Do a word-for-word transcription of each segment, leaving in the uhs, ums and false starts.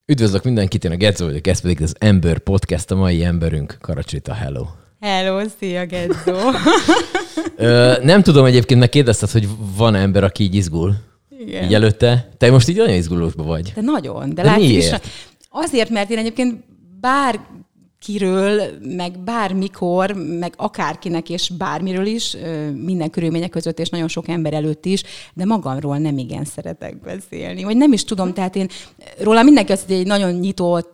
Üdvözlök mindenkit, én a Gedzo vagyok, ez pedig az Ember Podcast, a mai emberünk, Karacsita, hello. Hello, szia Gedzo. Ö, nem tudom egyébként, meg kérdezted, hogy van ember, aki így izgul. Igen. Így előtte. Te most így nagyon izgulósban vagy. De nagyon. De, de látszik miért? Is, azért, mert én egyébként bárkiről, meg bármikor, meg akárkinek és bármiről is, minden körülmények között, és nagyon sok ember előtt is, de magamról nem igen szeretek beszélni. Vagy nem is tudom, tehát én róla mindenki azt, hogy egy nagyon nyitott,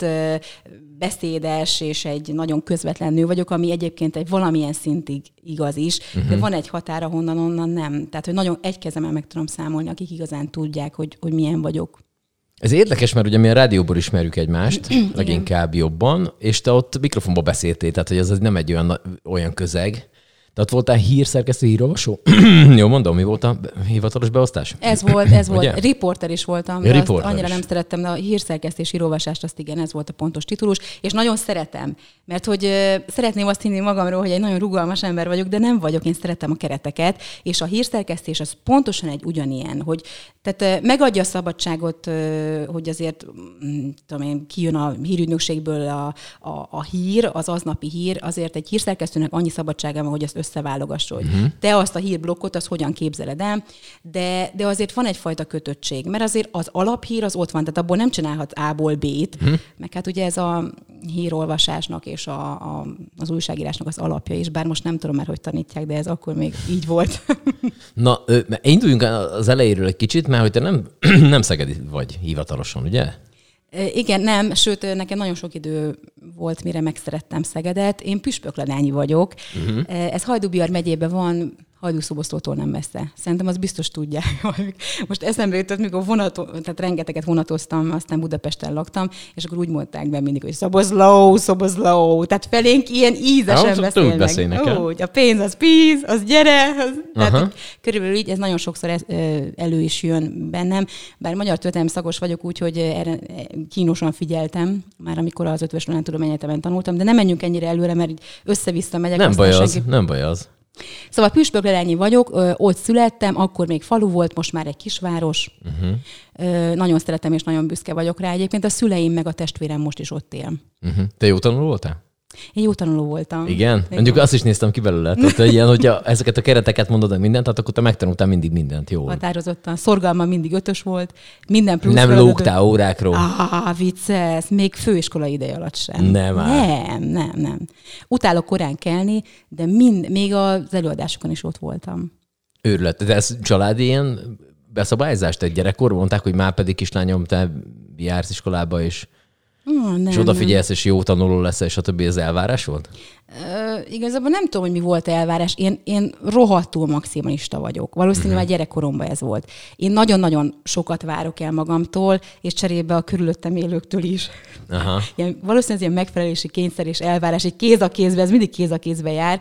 beszédes és egy nagyon közvetlen nő vagyok, ami egyébként egy valamilyen szintig igaz is, uh-huh. de van egy határ, ahonnan onnan nem. Tehát, hogy nagyon egy kezemmel meg tudom számolni, akik igazán tudják, hogy, hogy milyen vagyok. Ez érdekes, mert ugye mi a rádióból ismerjük egymást, leginkább jobban, és te ott mikrofonba beszéltél, tehát hogy ez nem egy olyan, olyan közeg. De ott voltál hírszerkesztő, hírolvasó? Jó mondom, mi volt a hivatalos beosztás? Ez volt, ez volt. Riporter is voltam, de ja, azt annyira is. nem szerettem, de a hírszerkesztés, hírolvasást, azt igen, ez volt a pontos titulus, és nagyon szeretem, mert hogy uh, szeretném azt hinni magamról, hogy egy nagyon rugalmas ember vagyok, de nem vagyok, én szeretem a kereteket, és a hírszerkesztés az pontosan egy ugyanilyen, hogy tehát uh, megadja a szabadságot, uh, hogy azért um, tudom én, kijön a hírügynökségből a, a, a hír, az aznapi hír, azért egy hírszerkesztőnek annyi szabadsága van, hogy azt összeválogass, hogy uh-huh. te azt a hírblokkot, azt hogyan képzeled el, de, de azért van egyfajta kötöttség, mert azért az alaphír az ott van, tehát abból nem csinálhatsz A-ból B-t, uh-huh. meg hát ugye ez a hírolvasásnak és a, a, az újságírásnak az alapja is, bár most nem tudom már, hogy tanítják, de ez akkor még így volt. Na, induljunk az elejéről egy kicsit, mert hogy te nem, nem szegedi vagy hivatalosan, ugye? Igen, nem, sőt, nekem nagyon sok idő volt, mire megszerettem Szegedet. Én Püspökladányi vagyok. Uh-huh. Ez Hajdú-Bihar megyében van, Hajdú-Szoboszlótól nem messze. Szerintem az biztos tudják. Most eszembe jutott, mikor vonato- tehát rengeteget vonatoztam, aztán Budapesten laktam, és akkor úgy mondták be mindig, hogy Szoboszló, Szoboszló. Tehát felénk ilyen ízesen beszélnek. beszélnek. Úgy, a pénz az pénz, az gyere. Az... Tehát körülbelül így, ez nagyon sokszor elő is jön bennem. Bár magyar történelem szakos vagyok, úgyhogy erre kínosan figyeltem, már amikor az Ötvös Loránd Tudományegyetemen tanultam, de nem menjünk ennyire előre, mert így össze-vissza megyek. Nem baj az, senki... nem baj az. Szóval Püspökladányi vagyok, ott születtem, akkor még falu volt, most már egy kisváros. Uh-huh. Nagyon szeretem és nagyon büszke vagyok rá. Egyébként a szüleim meg a testvérem most is ott él. Uh-huh. Te jó tanuló voltál? Én jó tanuló voltam. Igen? Igen. Mondjuk azt is néztem ki belőle. Tehát, hogy ilyen, hogyha ezeket a kereteket mondod mindent, tehát akkor te megtanultál mindig mindent. Jó. Határozottan. Szorgalma mindig ötös volt. Minden plusz. Nem lógtál órákról. Ah, vicces. Még főiskola ideje alatt sem. Nem áll. Nem, nem, nem. Utálok korán kelni, de mind, még az előadásokon is ott voltam. Őrület. De ez családi ilyen beszabályzást? Egy gyerekkorban mondták, hogy már pedig kislányom, te jársz iskolába, és Oh, nem, és odafigyelsz, és jó tanuló lesz, és a többi, ez elvárás volt? Uh, igazából nem tudom, hogy mi volt elvárás. Én, én rohadtul maximalista vagyok. Valószínűleg uh-huh. már gyerekkoromban ez volt. Én nagyon-nagyon sokat várok el magamtól, és cserébe a körülöttem élőktől is. Aha. Ilyen, valószínűleg ilyen megfelelési kényszer és elvárás, egy kéz a kézbe, ez mindig kéz a kézbe jár,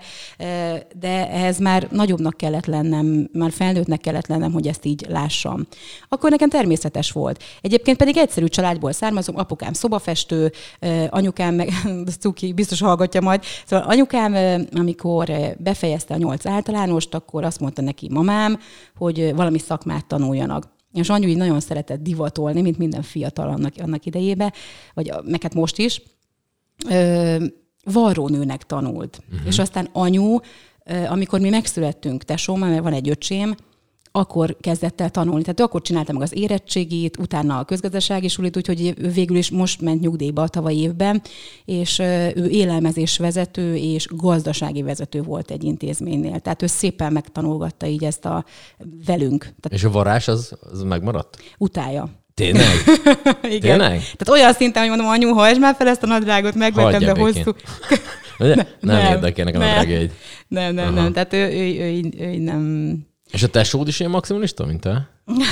de ehhez már nagyobbnak kellett lennem, már felnőttnek kellett lennem, hogy ezt így lássam. Akkor nekem természetes volt. Egyébként pedig egyszerű családból származom, apukám szobafestő, anyukám meg, cuki, biztos hallgatja majd. Szóval anyukám, amikor befejezte a nyolc általánost, akkor azt mondta neki mamám, hogy valami szakmát tanuljanak. És anyu így nagyon szeretett divatolni, mint minden fiatal annak, annak idejébe, vagy meg hát most is. Varrónőnek tanult. Uh-huh. És aztán anyu, amikor mi megszülettünk, tesóm, mert van egy öcsém, akkor kezdett el tanulni. Tehát ő akkor csinálta meg az érettségit, utána a közgazdasági sulit, úgyhogy ő végül is most ment nyugdíjba a tavalyi évben, és ő élelmezésvezető és gazdasági vezető volt egy intézménynél. Tehát ő szépen megtanulgatta így ezt a velünk. Tehát és a varázs az, az megmaradt? Utálja. Tényleg? Igen. Tényleg? Tehát olyan szinten, hogy mondom, anyu, hajtsd már fel ezt a nadrágot, megvettem, de hosszú. ne, nem, nem érdekelnek a nadrágjaid. Nem, nem, nem. Tehát ő, ő, ő, ő, ő nem... És a tesód is ilyen maximalista, mint te?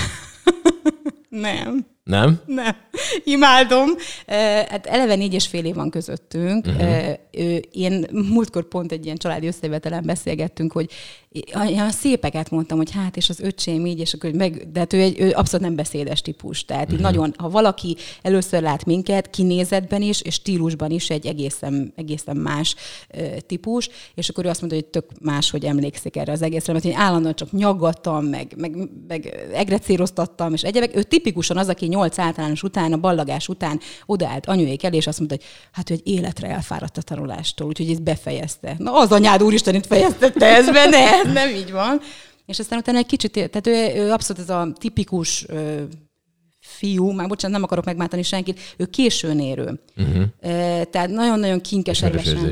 Nem. Nem? Nem. Imádom. Hát eleve négy és fél év van közöttünk. Uh-huh. Én múltkor pont egy ilyen családi összejövetelen beszélgettünk, hogy olyan szépeket mondtam, hogy hát, és az öcsém így, és akkor meg, de hát ő, egy, ő abszolút nem beszédes típus. Tehát uh-huh. így nagyon, ha valaki először lát minket, kinézetben is, és stílusban is egy egészen, egészen más uh, típus, és akkor ő azt mondta, hogy tök más, hogy emlékszik erre az egészre, mert én állandóan csak nyaggattam, meg, meg, meg egrecéroztattam, és egyébként ő tipikusan az, aki nyolc általános után, a ballagás után odaállt anyuék elé, és azt mondta, hogy hát ő egy életre elfáradt a tanulástól, úgyhogy ezt befejezte. Na az anyád úristen, itt fejeztette ez be, ne, nem így van. És aztán utána egy kicsit, tehát ő, ő abszolút ez a tipikus ö, fiú, már bocsánat, nem akarok megmátani senkit, ő későn érő. Uh-huh. E, tehát nagyon-nagyon kinkeservesen.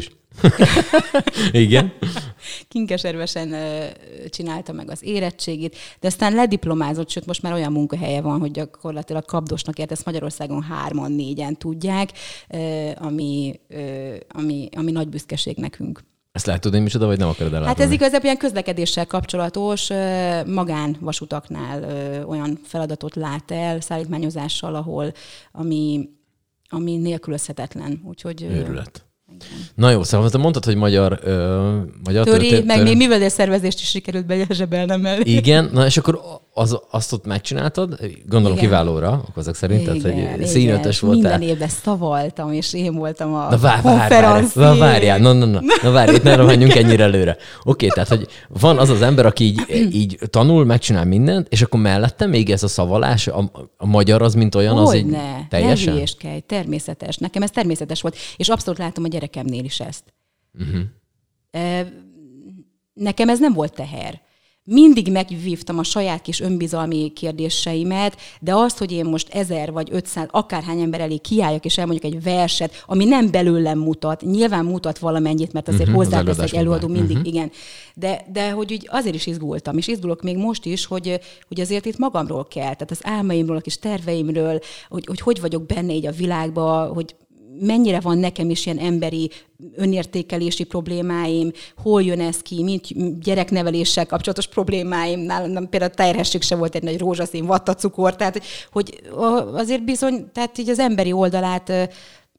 Igen. Kinkeservesen csinálta meg az érettségét, de aztán lediplomázott, sőt most már olyan munkahelye van, hogy gyakorlatilag kapdosnak ért, ezt Magyarországon hárman, négyen tudják, ami, ami, ami nagy büszkeség nekünk. Ezt lehet tudni, micsoda, vagy nem akarod elárulni? Hát ez igazából ilyen közlekedéssel kapcsolatos, magánvasutaknál olyan feladatot lát el, szállítmányozással, ahol, ami, ami nélkülözhetetlen. Úgyhogy... Őrület. Na jó, szóval te mondtad, hogy magyar, ö, magyar Töri, történet, meg még művelődésszervezést is sikerült bezsebelnem el. Igen, na és akkor az, azt ott megcsináltad, gondolom igen. Kiválóra, azok szerint, igen, tehát hogy színötös voltál. Minden évben szavaltam, és én voltam a na, vár, konferenci. Na várjál, na, na, na, na várjál, itt ne rohanjunk ennyire előre. Oké, tehát hogy van az az ember, aki így, így tanul, megcsinál mindent, és akkor mellette még ez a szavalás, a, a magyar az, mint olyan, az így ne, teljesen? Ne hülyéskedj, természetes. Nekem ez természetes volt, és abszolút látom a gyerekemnél is ezt. Uh-huh. Nekem ez nem volt teher. Mindig megvívtam a saját kis önbizalmi kérdéseimet, de azt, hogy én most ezer vagy ötszáz, akárhány ember elé kiálljak, és elmondjuk egy verset, ami nem belőlem mutat, nyilván mutat valamennyit, mert azért uh-huh, hozzátesz egy előadó mindig, uh-huh. igen. De, de hogy úgy azért is izgultam, és izgulok még most is, hogy, hogy azért itt magamról kell, tehát az álmaimról, a kis terveimről, hogy, hogy hogy vagyok benne így a világban, hogy mennyire van nekem is ilyen emberi önértékelési problémáim, hol jön ez ki, mint gyerekneveléssel kapcsolatos problémáim, nálam például a terhesség se volt egy nagy rózsaszín vattacukor, tehát hogy azért bizony, tehát így az emberi oldalát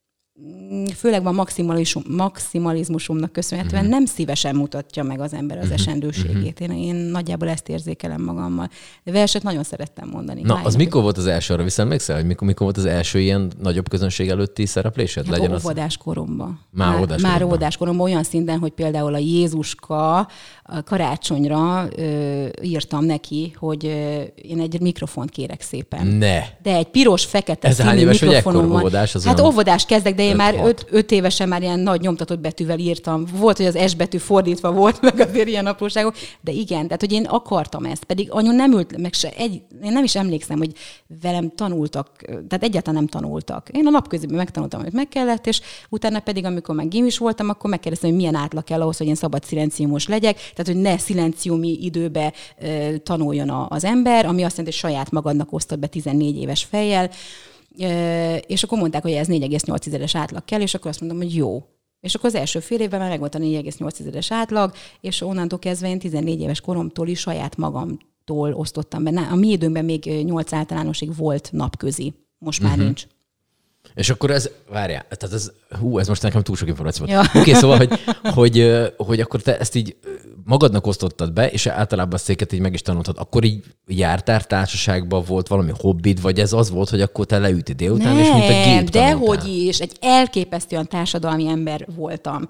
főleg a maximalizmusomnak köszönhetően uh-huh. nem szívesen mutatja meg az ember az uh-huh. esendőségét. Én, én nagyjából ezt érzékelem magammal. De verset nagyon szerettem mondani. Na, Hány az mikor volt az első, arra visszaemlékszel, hogy mikor, mikor volt az első ilyen nagyobb közönség előtti szereplésed? Hát Legyen óvodás koromban. Már óvodás koromban. Már óvodás koromban olyan szinten, hogy például a Jézuska a karácsonyra ö, írtam neki, hogy ö, én egy mikrofont kérek szépen. Ne! De egy piros-fekete ez színű mikrofonom van. Óvodás, az hát óvodás kezdek, de én már öt, öt évesen már ilyen nagy nyomtatott betűvel írtam. Volt, hogy az S betű fordítva volt, meg azért ilyen apróságok, de igen, tehát hogy én akartam ezt, pedig anyu nem ült, meg se egy, én nem is emlékszem, hogy velem tanultak, tehát egyáltalán nem tanultak. Én a napközben megtanultam, amit meg kellett, és utána pedig, amikor meg gimis voltam, akkor megkérdeztem, hogy milyen átlag kell ahhoz, hogy én szabad szilenciumos legyek, tehát hogy ne szilenciumi időbe e, tanuljon a, az ember, ami azt jelenti, hogy saját magadnak osztod be tizennégy éves fejjel, e, és akkor mondták, hogy ez négy egész nyolc átlag kell, és akkor azt mondom, hogy jó. És akkor az első fél évben már megvolt a négy egész nyolc átlag, és onnantól kezdve én tizennégy éves koromtól is saját magamtól osztottam be. A mi időnkben még nyolc általánosig volt napközi, most már uh-huh. nincs. És akkor ez, várjál, tehát ez, hú, ez most nekem túl sok információ volt. Ja. Oké, okay, szóval, hogy, hogy, hogy akkor te ezt így magadnak osztottad be, és általában a széket így meg is tanultad. Akkor így jártál társaságban, volt valami hobbid, vagy ez az volt, hogy akkor te leüti délután, nem, és mint a gép dehogy is, egy elképesztően társadalmi ember voltam.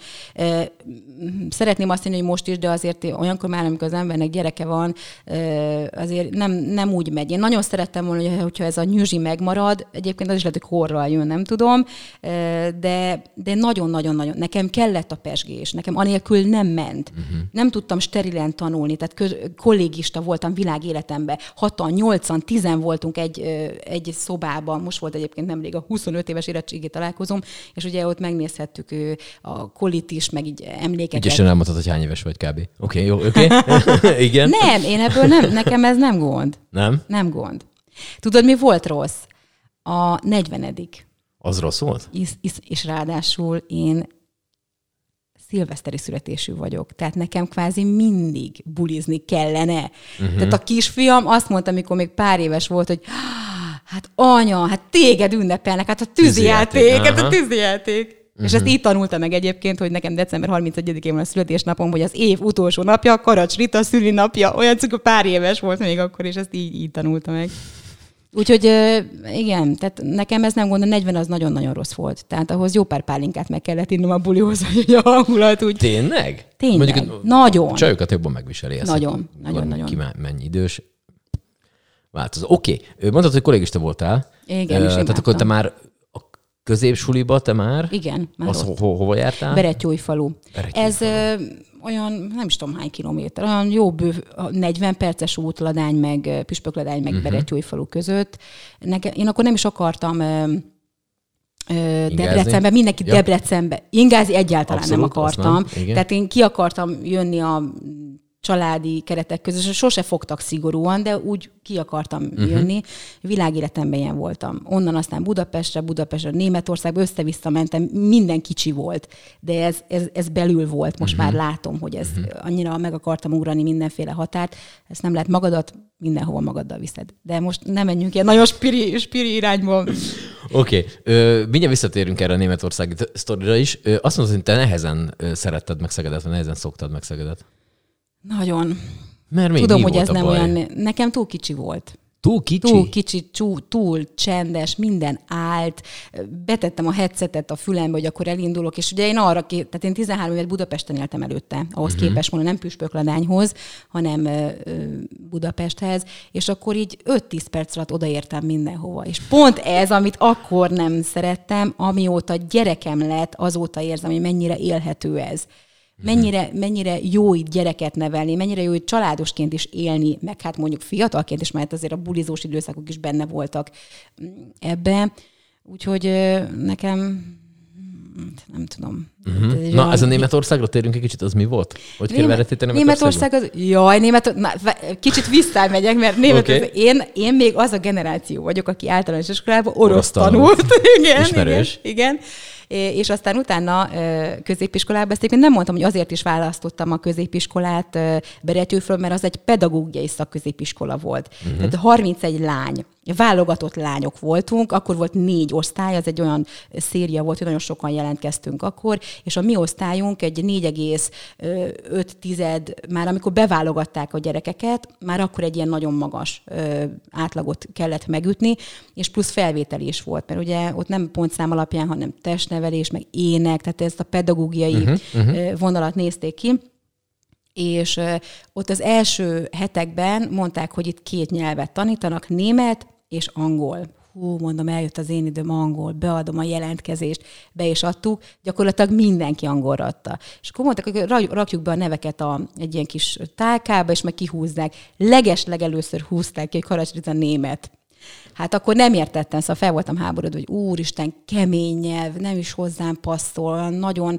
Szeretném azt mondani, hogy most is, de azért olyankor már, amikor az embernek gyereke van, azért nem, nem úgy megy. Én nagyon szerettem volna, hogyha ez a nyüzsi megmarad, egyébként az is lehet, hogy korral jön, nem tudom, de, de nagyon-nagyon-nagyon, nekem kellett a pezsgés, nekem anélkül nem ment. Uh-huh. Nem tudtam sterilen tanulni, tehát köz, kollégista voltam világéletemben. Hatan, nyolcan, tizen voltunk egy, egy szobában, most volt egyébként nemrég a huszonöt éves érettségi találkozom, és ugye ott megnézhettük a kolit is, meg így emlékeket. Ügyesen elmondtad, hogy hány éves vagy kb. Oké, okay, jó, oké. Okay. Igen. Nem, én ebből nem, nekem ez nem gond. Nem? Nem gond. Tudod, mi volt rossz? A negyvenedik. Az rossz volt? És, és, és ráadásul én szilveszteri születésű vagyok. Tehát nekem kvázi mindig bulizni kellene. Uh-huh. Tehát a kisfiam azt mondta, amikor még pár éves volt, hogy hát anya, hát téged ünnepelnek, hát a tűzijáték, hát a tűzijáték. Uh-huh. És ezt így tanulta meg egyébként, hogy nekem december harmincegyedikén van a születésnapom, hogy az év utolsó napja, Karacs Rita szülinapja, olyan csak pár éves volt még akkor, és ezt így, így tanulta meg. Úgyhogy igen, tehát nekem ez nem gond, a negyven az nagyon-nagyon rossz volt. Tehát ahhoz jó pár pálinkát meg kellett innom a bulihoz, hogy a hangulat úgy... Tényleg? Tényleg, mondjuk, nagyon. Csajokat jobban megviseli ezt. Nagyon, nagyon-nagyon. Ki mennyi idős. változó. Oké, okay. Mondtad, hogy kollégista voltál. Igen, uh, Tehát akkor te már a középsuliba te már? Igen, már az ho- ho- hova jártál? Berettyói-falu. Ez ö, olyan, nem is tudom hány kilométer, olyan jó bő, negyven perces út Ladány meg, Püspökladány meg uh-huh. Berettyói-falu között. Nekem, én akkor nem is akartam ö, ö, Debrecenben, mindenki ja. Debrecenbe. Ingázni egyáltalán Abszolút, nem akartam. Nem. Tehát én ki akartam jönni a családi keretek között, és sose fogtak szigorúan, de úgy ki akartam uh-huh. jönni. Világéletemben ilyen voltam. Onnan aztán Budapestre, Budapestre, Németországba, össze-vissza mentem, minden kicsi volt, de ez, ez, ez belül volt. Most uh-huh. már látom, hogy ez uh-huh. annyira meg akartam ugrani mindenféle határt, ezt nem lehet magadat mindenhova magaddal viszed. De most nem menjünk ilyen nagyon spiri, spiri irányba. Oké, okay. mindjárt visszatérünk erre a németországi sztorira is. Ö, azt mondod, hogy te nehezen szeretted meg Szegedet, vagy nehezen szoktad meg Szegedet. Nagyon. Mert mi, Tudom, mi hogy volt ez a nem baj? olyan... Nekem túl kicsi volt. Túl kicsi? Túl kicsi, túl, túl csendes, minden állt. Betettem a headsetet a fülembe, hogy akkor elindulok, és ugye én arra, tehát én tizenhárom évet Budapesten éltem előtte, ahhoz uh-huh. képest mondom, nem Püspökladányhoz, hanem ö, Budapesthez, és akkor így öt-tíz perc alatt odaértem mindenhova. És pont ez, amit akkor nem szerettem, amióta gyerekem lett, azóta érzem, hogy mennyire élhető ez. Mennyire, mennyire jó itt gyereket nevelni, mennyire jó itt családosként is élni, meg hát mondjuk fiatalként is, mert azért a bulizós időszakok is benne voltak ebbe. Úgyhogy nekem nem tudom. Uh-huh. Ez Na, ez a Németországra térünk egy kicsit, az mi volt? Hogy Német, keveredtél te Németország az, jaj, Német, na, kicsit visszamegyek, mert Németország, okay. én, én még az a generáció vagyok, aki általános iskolában orosz, orosz tanult. tanult. igen, Ismerős. igen, igen. És aztán utána középiskolában, ezt én nem mondtam, hogy azért is választottam a középiskolát Berettyóföld, mert az egy pedagógiai szakközépiskola volt. Uh-huh. Tehát harmincegy lány, válogatott lányok voltunk, akkor volt négy osztály, az egy olyan széria volt, hogy nagyon sokan jelentkeztünk akkor, és a mi osztályunk egy négy egész öt tized, már amikor beválogatták a gyerekeket, már akkor egy ilyen nagyon magas átlagot kellett megütni, és plusz felvételi is volt, mert ugye ott nem pontszám alapján, hanem testnevelés, meg ének, tehát ezt a pedagógiai uh-huh, uh-huh. vonalat nézték ki, és ott az első hetekben mondták, hogy itt két nyelvet tanítanak, német és angol. Hú, mondom, eljött az én időm angol, beadom a jelentkezést, be is adtuk, gyakorlatilag mindenki angolra adta. És akkor mondták, hogy rakjuk be a neveket a, egy ilyen kis tálkába, és meg kihúzzák. Leges-legelőször húzták ki, hogy Karacsric a német. Hát akkor nem értettem, szóval fel voltam háborodva, hogy úristen, kemény nyelv, nem is hozzám passzol, nagyon,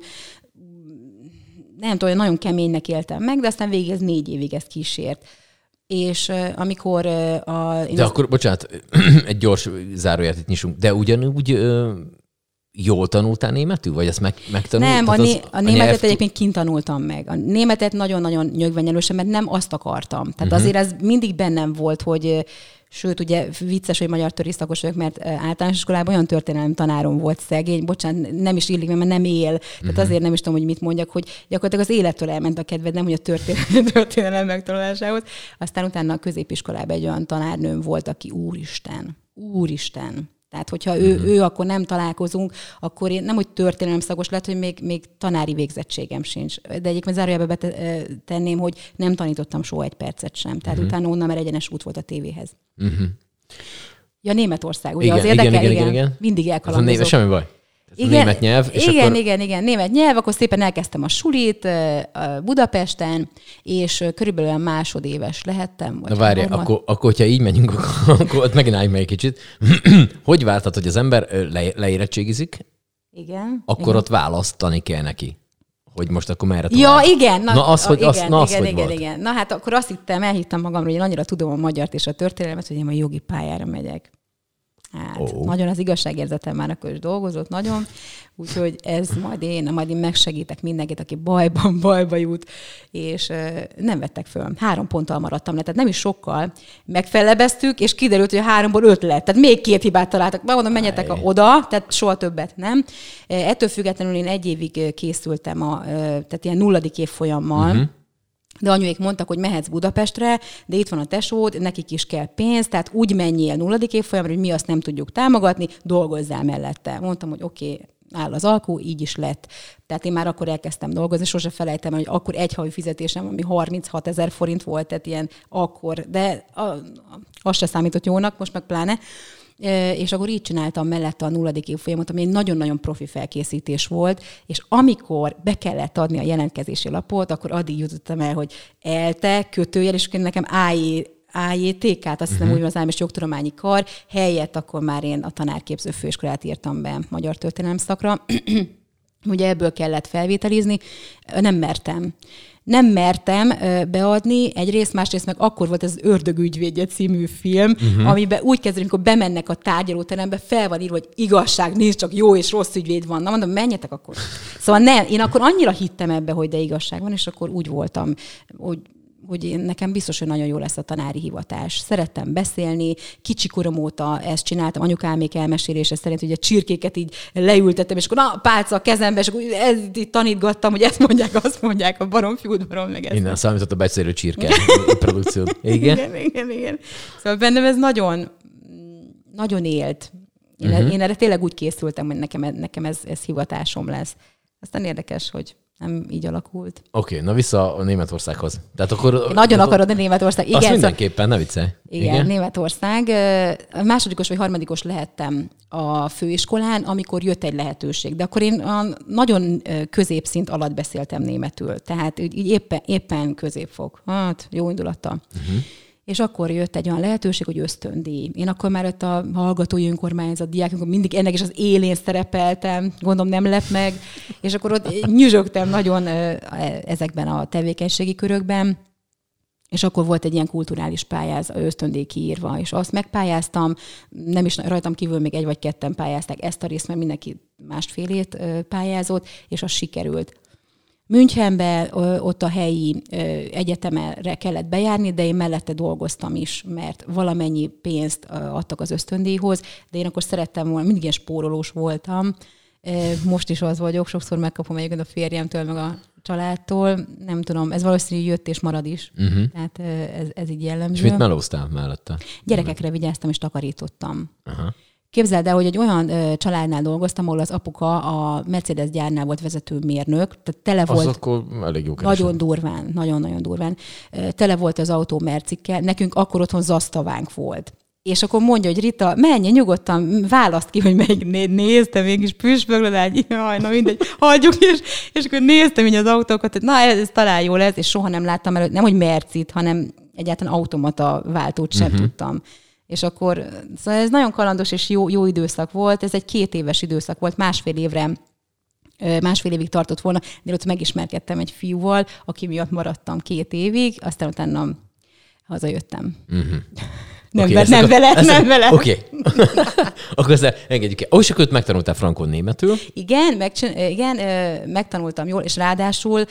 nem tudom, olyan nagyon keménynek éltem meg, de aztán végig ez négy évig ezt kísért. És uh, amikor... Uh, a, de az... akkor, bocsánat, egy gyors záróját itt nyissunk, de ugyanúgy uh, jól tanultál németül? Vagy ezt meg, megtanultál? Nem, a, né- a, a németet nyelv... egyébként kint tanultam meg. A németet nagyon-nagyon nyögvenyelősen, mert nem azt akartam. Tehát uh-huh. azért ez mindig bennem volt, hogy... Sőt, ugye vicces, hogy magyar törészakos vagyok, mert általános iskolában olyan történelem tanárom volt szegény, bocsánat, nem is illik, mert nem él. Tehát uh-huh. azért nem is tudom, hogy mit mondjak, hogy gyakorlatilag az élettől elment a kedved, nem hogy a történelem, történelem megtanulásához. Aztán utána a középiskolában egy olyan tanárnőm volt, aki úristen, úristen. Tehát, hogyha ő, uh-huh. ő, akkor nem találkozunk, akkor én nem, hogy történelem szakos lett, hogy még, még tanári végzettségem sincs. De egyébként zárójelbe betenném, hogy nem tanítottam soha egy percet sem. Tehát uh-huh. utána onnan már egyenes út volt a tévéhez. Uh-huh. Ja, Németország, ugye igen, az érdekel, igen, igen, igen, igen. mindig elkalandozok. Név, semmi baj. Igen, német nyelv. És igen, akkor... igen, igen, német nyelv, akkor szépen elkezdtem a sulit Budapesten, és körülbelül a másodéves lehettem. Na várjál, akkor, akkor, hogyha így menjünk, akkor, akkor ott megint álljunk meg egy kicsit. Hogy váltad, hogy az ember le, leérettségizik? Igen. Akkor igen. ott választani kell neki. Hogy most akkor merre tovább. Ja, igen. Na, na az, hogy, igen, az, na, az, igen, hogy igen, volt. igen. Na hát akkor azt hittem, elhittem magamról, hogy én annyira tudom a magyart és a történelmet, hogy én a jogi pályára megyek. Hát, oh. nagyon az igazságérzetem már akkor is dolgozott, nagyon. Úgyhogy ez majd én, majd én megsegítek mindenkit, aki bajban, bajba jut, és uh, nem vettek föl. Három ponttal maradtam le, tehát nem is sokkal. Megfelebeztük, és kiderült, hogy a háromból öt lett. Tehát még két hibát találtak. Megmondom, menjetek a, oda, tehát soha többet nem. Ettől függetlenül én egy évig készültem, a, tehát ilyen nulladik évfolyammal, uh-huh. De anyuék mondtak, hogy mehetsz Budapestre, de itt van a tesód, nekik is kell pénz, tehát úgy menjél nulladik évfolyamra, hogy mi azt nem tudjuk támogatni, dolgozzál mellette. Mondtam, hogy oké, okay, áll az alkú, így is lett. Tehát én már akkor elkezdtem dolgozni, sose felejtem, hogy akkor egy havi fizetésem, ami harminchat ezer forint volt, tehát ilyen akkor, de a, a, az se számított jónak, most meg pláne. E, és akkor így csináltam mellette a nulladik évfolyamot, ami egy nagyon-nagyon profi felkészítés volt, és amikor be kellett adni a jelentkezési lapot, akkor addig jutottam el, hogy ELTE, kötőjel, és nekem á jé á jé té ká-t, azt hiszem, uh-huh. úgy az Állam és Jogtudományi Kar, helyett akkor már én a tanárképző főiskolát írtam be magyar történelem szakra. Ugye ebből kellett felvételizni. Nem mertem. Nem mertem beadni, egyrészt, másrészt meg akkor volt ez az Ördögügyvédje című film, uh-huh. amiben úgy kezdődik, amikor bemennek a tárgyalóterembe, fel van írva, hogy igazság nincs, csak jó és rossz ügyvéd van. Na mondom, menjetek akkor. Szóval nem, én akkor annyira hittem ebbe, hogy de igazság van, és akkor úgy voltam, hogy hogy én, nekem biztos, hogy nagyon jó lesz a tanári hivatás. Szerettem beszélni, kicsi korom óta ezt csináltam, anyukámék elmesélése szerint, hogy a csirkéket így leültettem, és akkor na, pálca a kezembe, és akkor ezt így tanítgattam, hogy ezt mondják, azt mondják, a baromfiút barom, meg ezt. Innen számított a beszélő csirke produkció. Igen? igen, igen, igen. Szóval bennem ez nagyon, nagyon élt. Én, uh-huh. én erre tényleg úgy készültem, hogy nekem, nekem ez, ez hivatásom lesz. Aztán érdekes, hogy nem így alakult. Oké, okay, na vissza a Németországhoz. Tehát akkor... Én nagyon akarod a Németország. Igen, azt mindenképpen, ne viccelj. Igen, igen, Németország. Másodikos vagy harmadikos lehettem a főiskolán, amikor jött egy lehetőség. De akkor én a nagyon középszint alatt beszéltem németül. Tehát így éppen, éppen középfok. Hát, jó indulattal. Uh-huh. És akkor jött egy olyan lehetőség, hogy ösztöndíj. Én akkor már ott a hallgatói önkormányzat, diákunk, mindig ennek is az élén szerepeltem, gondolom nem lep meg, és akkor ott nyüzsögtem nagyon ezekben a tevékenységi körökben, és akkor volt egy ilyen kulturális pályáz, ösztöndíj kiírva, és azt megpályáztam, nem is rajtam kívül még egy vagy ketten pályázták ezt a részt, mert mindenki másfélét pályázott, és az sikerült. Münchenbe, ott a helyi egyetemre kellett bejárni, de én mellette dolgoztam is, mert valamennyi pénzt adtak az ösztöndíjhoz, de én akkor szerettem volna, mindig ilyen spórolós voltam. Most is az vagyok, sokszor megkapom egyébként a férjemtől, meg a családtól. Nem tudom, ez valószínűleg jött és marad is. Uh-huh. Tehát ez, ez így jellemző. És mit melóztál mellette? Gyerekekre vigyáztam és takarítottam. Uh-huh. Képzeld el, hogy egy olyan ö, családnál dolgoztam, ahol az apuka a Mercedes gyárnál volt vezetőmérnök, tehát tele volt... Az akkor elég jó keresem. Nagyon durván, nagyon-nagyon durván. Tele volt az autó mercikkel, nekünk akkor otthon zasztavánk volt. És akkor mondja, hogy Rita, menj nyugodtan, választ ki, hogy melyik né- néztem, mégis püspökledágy, jaj, na mindegy, hagyjuk, és, és akkor néztem így az autókat, hogy na, ez, ez talán jó lesz, és soha nem láttam előtt, nem hogy mercit, hanem egyáltalán automata váltót sem uh-huh. tudtam. És akkor, szóval ez nagyon kalandos és jó, jó időszak volt, ez egy két éves időszak volt, másfél évre, másfél évig tartott volna, de ott megismerkedtem egy fiúval, aki miatt maradtam két évig, aztán utána hazajöttem. Uh-huh. Nem, okay, be, nem, vele, ezt, nem vele, Oké. Okay. Akkor ezt engedjük el. Ó, és akkor megtanultál frankon németül? Igen, megcsin- igen, megtanultam jól, és ráadásul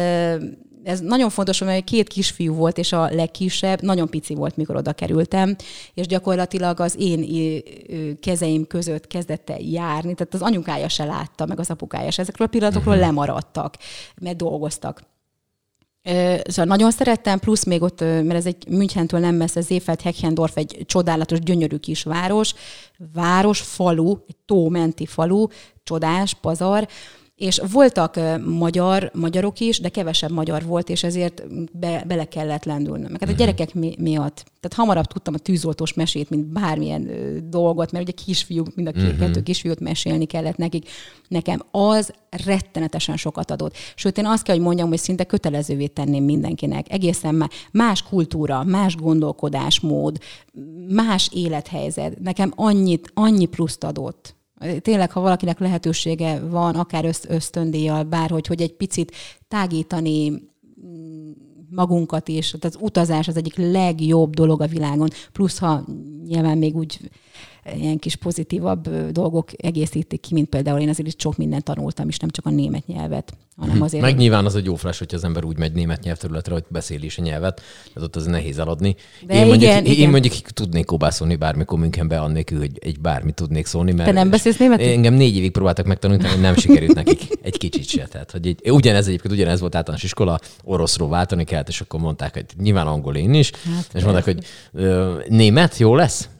ez nagyon fontos, mert két kisfiú volt, és a legkisebb nagyon pici volt, mikor oda kerültem, és gyakorlatilag az én kezeim között kezdett el járni, tehát az anyukája se látta, meg az apukája se. Ezekről a pillanatokról uh-huh. lemaradtak, mert dolgoztak. Szóval nagyon szerettem, plusz még ott, mert ez egy Münchentől nem messze, Seefeld-Heckhendorf, egy csodálatos, gyönyörű kis város, város, falu, egy tó menti falu, csodás, pazar, és voltak uh, magyar, magyarok is, de kevesebb magyar volt, és ezért be, bele kellett lendülnöm. Meg hát a gyerekek mi, miatt. Tehát hamarabb tudtam a tűzoltós mesét, mint bármilyen uh, dolgot, mert ugye kisfiú, mind a két, uh-huh. kettő kisfiút mesélni kellett nekik. Nekem az rettenetesen sokat adott. Sőt, én azt kell, hogy mondjam, hogy szinte kötelezővé tenném mindenkinek. Egészen más kultúra, más gondolkodásmód, más élethelyzet. Nekem annyit, annyi pluszt adott. Tényleg, ha valakinek lehetősége van, akár ösztöndíjjal, bárhogy, hogy egy picit tágítani magunkat is. Tehát az utazás az egyik legjobb dolog a világon. Plusz, ha nyilván még úgy ilyen kis pozitívabb dolgok egészítik ki, mint például én azért is sok mindent tanultam, és nem csak a német nyelvet, hanem azért... Meg nyilván az egy jó flash, hogyha az ember úgy megy német nyelvterületre, hogy beszél is a nyelvet, tehát ott az nehéz eladni. De én, igen, mondjuk, igen. én mondjuk tudnék kóbászolni bármikor Münchenbe, annélkül, hogy egy bármit tudnék szólni, mert... Te nem beszélsz németül? Engem négy évig próbáltak megtanulni, hogy nem sikerült nekik egy kicsit se. Tehát, hogy egy, ugyanez egyébként, ugyanez volt általános iskola, oroszról váltani kellett, és akkor mondták, hogy nyilván angol én is, hát és mondták, hogy ö, német jó lesz?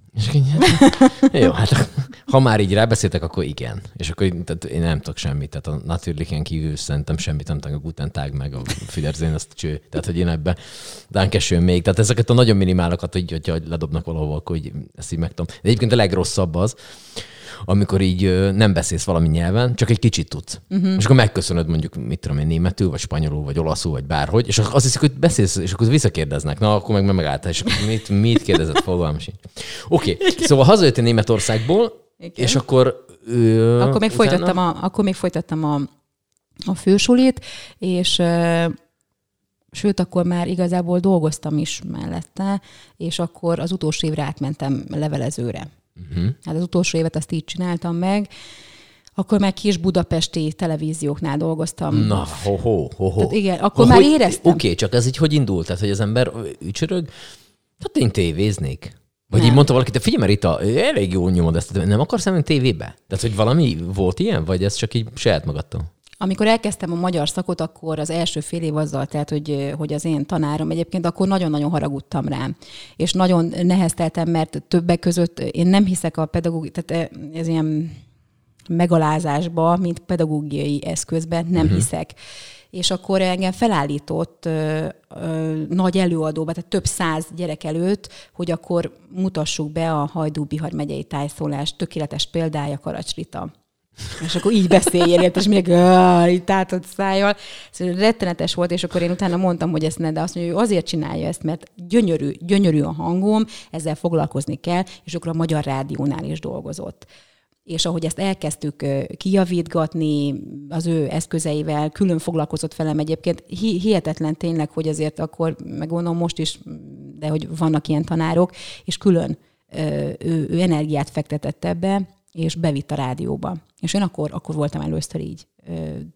És akkor jó, hát ha már így rábeszéltek, akkor igen. És akkor tehát én nem tudok semmit. Tehát a Natürlichen kívül szerintem semmit nem tudok, a Guten Tag, meg a Fiedersehen, azt cső. Tehát, hogy én ebben Dankeschön még. Tehát ezeket a nagyon minimálokat, hogy, hogyha ledobnak valahol, akkor így, ezt így megtudom. De egyébként a legrosszabb az, amikor így nem beszélsz valami nyelven, csak egy kicsit tudsz. Uh-huh. És akkor megköszönöd mondjuk, mit tudom én, németül, vagy spanyolul, vagy olaszul, vagy bárhogy, és azt hiszik, hogy beszélsz, és akkor visszakérdeznek. Na, akkor meg megálltál, és mit, mit kérdezett, fogalmam sincs. Oké, okay. Szóval hazajöttél Németországból, igen. És akkor... Ö, akkor, még utána... folytattam a, akkor még folytattam a, a fősulit, és... Ö, sőt, akkor már igazából dolgoztam is mellette, és akkor az utolsó évre átmentem levelezőre. Uh-huh. Hát az utolsó évet azt így csináltam meg. Akkor már kis budapesti televízióknál dolgoztam. Na, ho-ho, ho-ho. Tehát igen, akkor ho, már éreztem. Oké, okay, csak ez így hogy indult? Tehát, hogy az ember ücsörög, hát én tévéznék. Vagy nem. Így mondta valaki, de figyelj, mert itt a, elég jól nyomod ezt, nem akarsz elmenni tévébe? Tehát, hogy valami volt ilyen, vagy ez csak így saját magadtól? Amikor elkezdtem a magyar szakot, akkor az első fél év azzal telt, hogy, hogy az én tanárom egyébként, akkor nagyon-nagyon haragudtam rám. És nagyon nehezteltem, mert többek között én nem hiszek a pedagógiai, tehát ez ilyen megalázásba, mint pedagógiai eszközben, nem uh-huh. hiszek. És akkor engem felállított ö, ö, nagy előadóba, tehát több száz gyerek előtt, hogy akkor mutassuk be a Hajdú-Bihar megyei tájszólás tökéletes példája, Karacs Rita. És akkor így beszéljél, és mindenki így tátott szájjal. Szóval rettenetes volt, és akkor én utána mondtam, hogy ezt ne, de azt mondja, hogy azért csinálja ezt, mert gyönyörű, gyönyörű a hangom, ezzel foglalkozni kell, és akkor a Magyar Rádiónál is dolgozott. És ahogy ezt elkezdtük kijavítgatni az ő eszközeivel, külön foglalkozott velem egyébként. Hihetetlen tényleg, hogy azért akkor, meg gondolom most is, de hogy vannak ilyen tanárok, és külön ő, ő energiát fektetett ebbe, és bevitt a rádióba. És én akkor, akkor voltam először így ö,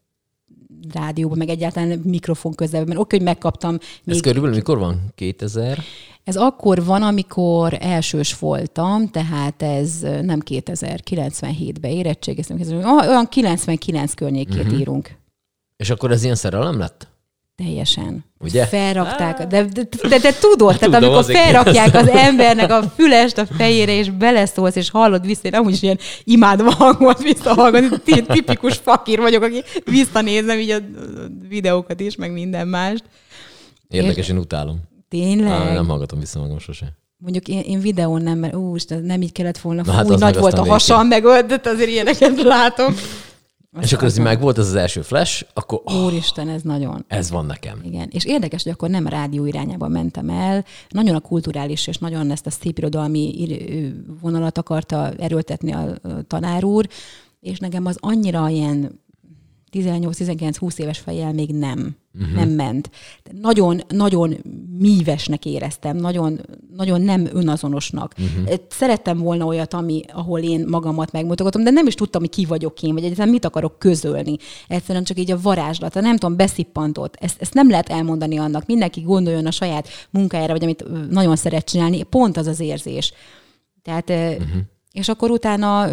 rádióban, meg egyáltalán mikrofon közelben. Oké, hogy megkaptam. Ez körülbelül mikor van? kétezer? Ez akkor van, amikor elsős voltam, tehát ez nem kétezer, kilencvenhétben érettségeztem. Olyan kilencvenkilenc környékét uh-huh. írunk. És akkor ez ilyen szerelem lett? Teljesen. Ugye? Felrakták, de, de, de, de tudod, hát tehát tudom, amikor felrakják az embernek a fülest a fejére, és beleszólsz, és hallod vissza, én amúgy is ilyen imádva hangot visszahallgatni, tipikus fakír vagyok, aki visszanézem így a videókat is, meg minden mást. Érdekes, és én utálom. Tényleg? Á, nem hallgatom vissza magam sose. Mondjuk én, én videón nem, mert ú, nem így kellett volna, Na, hát fú, nagy volt a hasam, meg de azért ilyeneket látok. És akkor ez meg volt az az első flash, akkor... Oh, Úristen, ez nagyon... Ez van nekem. Igen, és érdekes, hogy akkor nem rádió irányába mentem el, nagyon a kulturális, és nagyon ezt a szépirodalmi vonalat akarta erőltetni a tanár úr, és nekem az annyira ilyen tizennyolc-tizenkilenc-húsz éves fejjel még nem, uh-huh. nem ment. Nagyon, nagyon mívesnek éreztem, nagyon, nagyon nem önazonosnak. Uh-huh. Szerettem volna olyat, ami, ahol én magamat megmutogatom, de nem is tudtam, hogy ki vagyok én, vagy egyáltalán mit akarok közölni. Egyszerűen csak így a varázslata, nem tudom, beszippantott. Ezt, ezt nem lehet elmondani annak. Mindenki gondoljon a saját munkájára, vagy amit nagyon szeret csinálni. Pont az az érzés. Tehát, uh-huh. és akkor utána...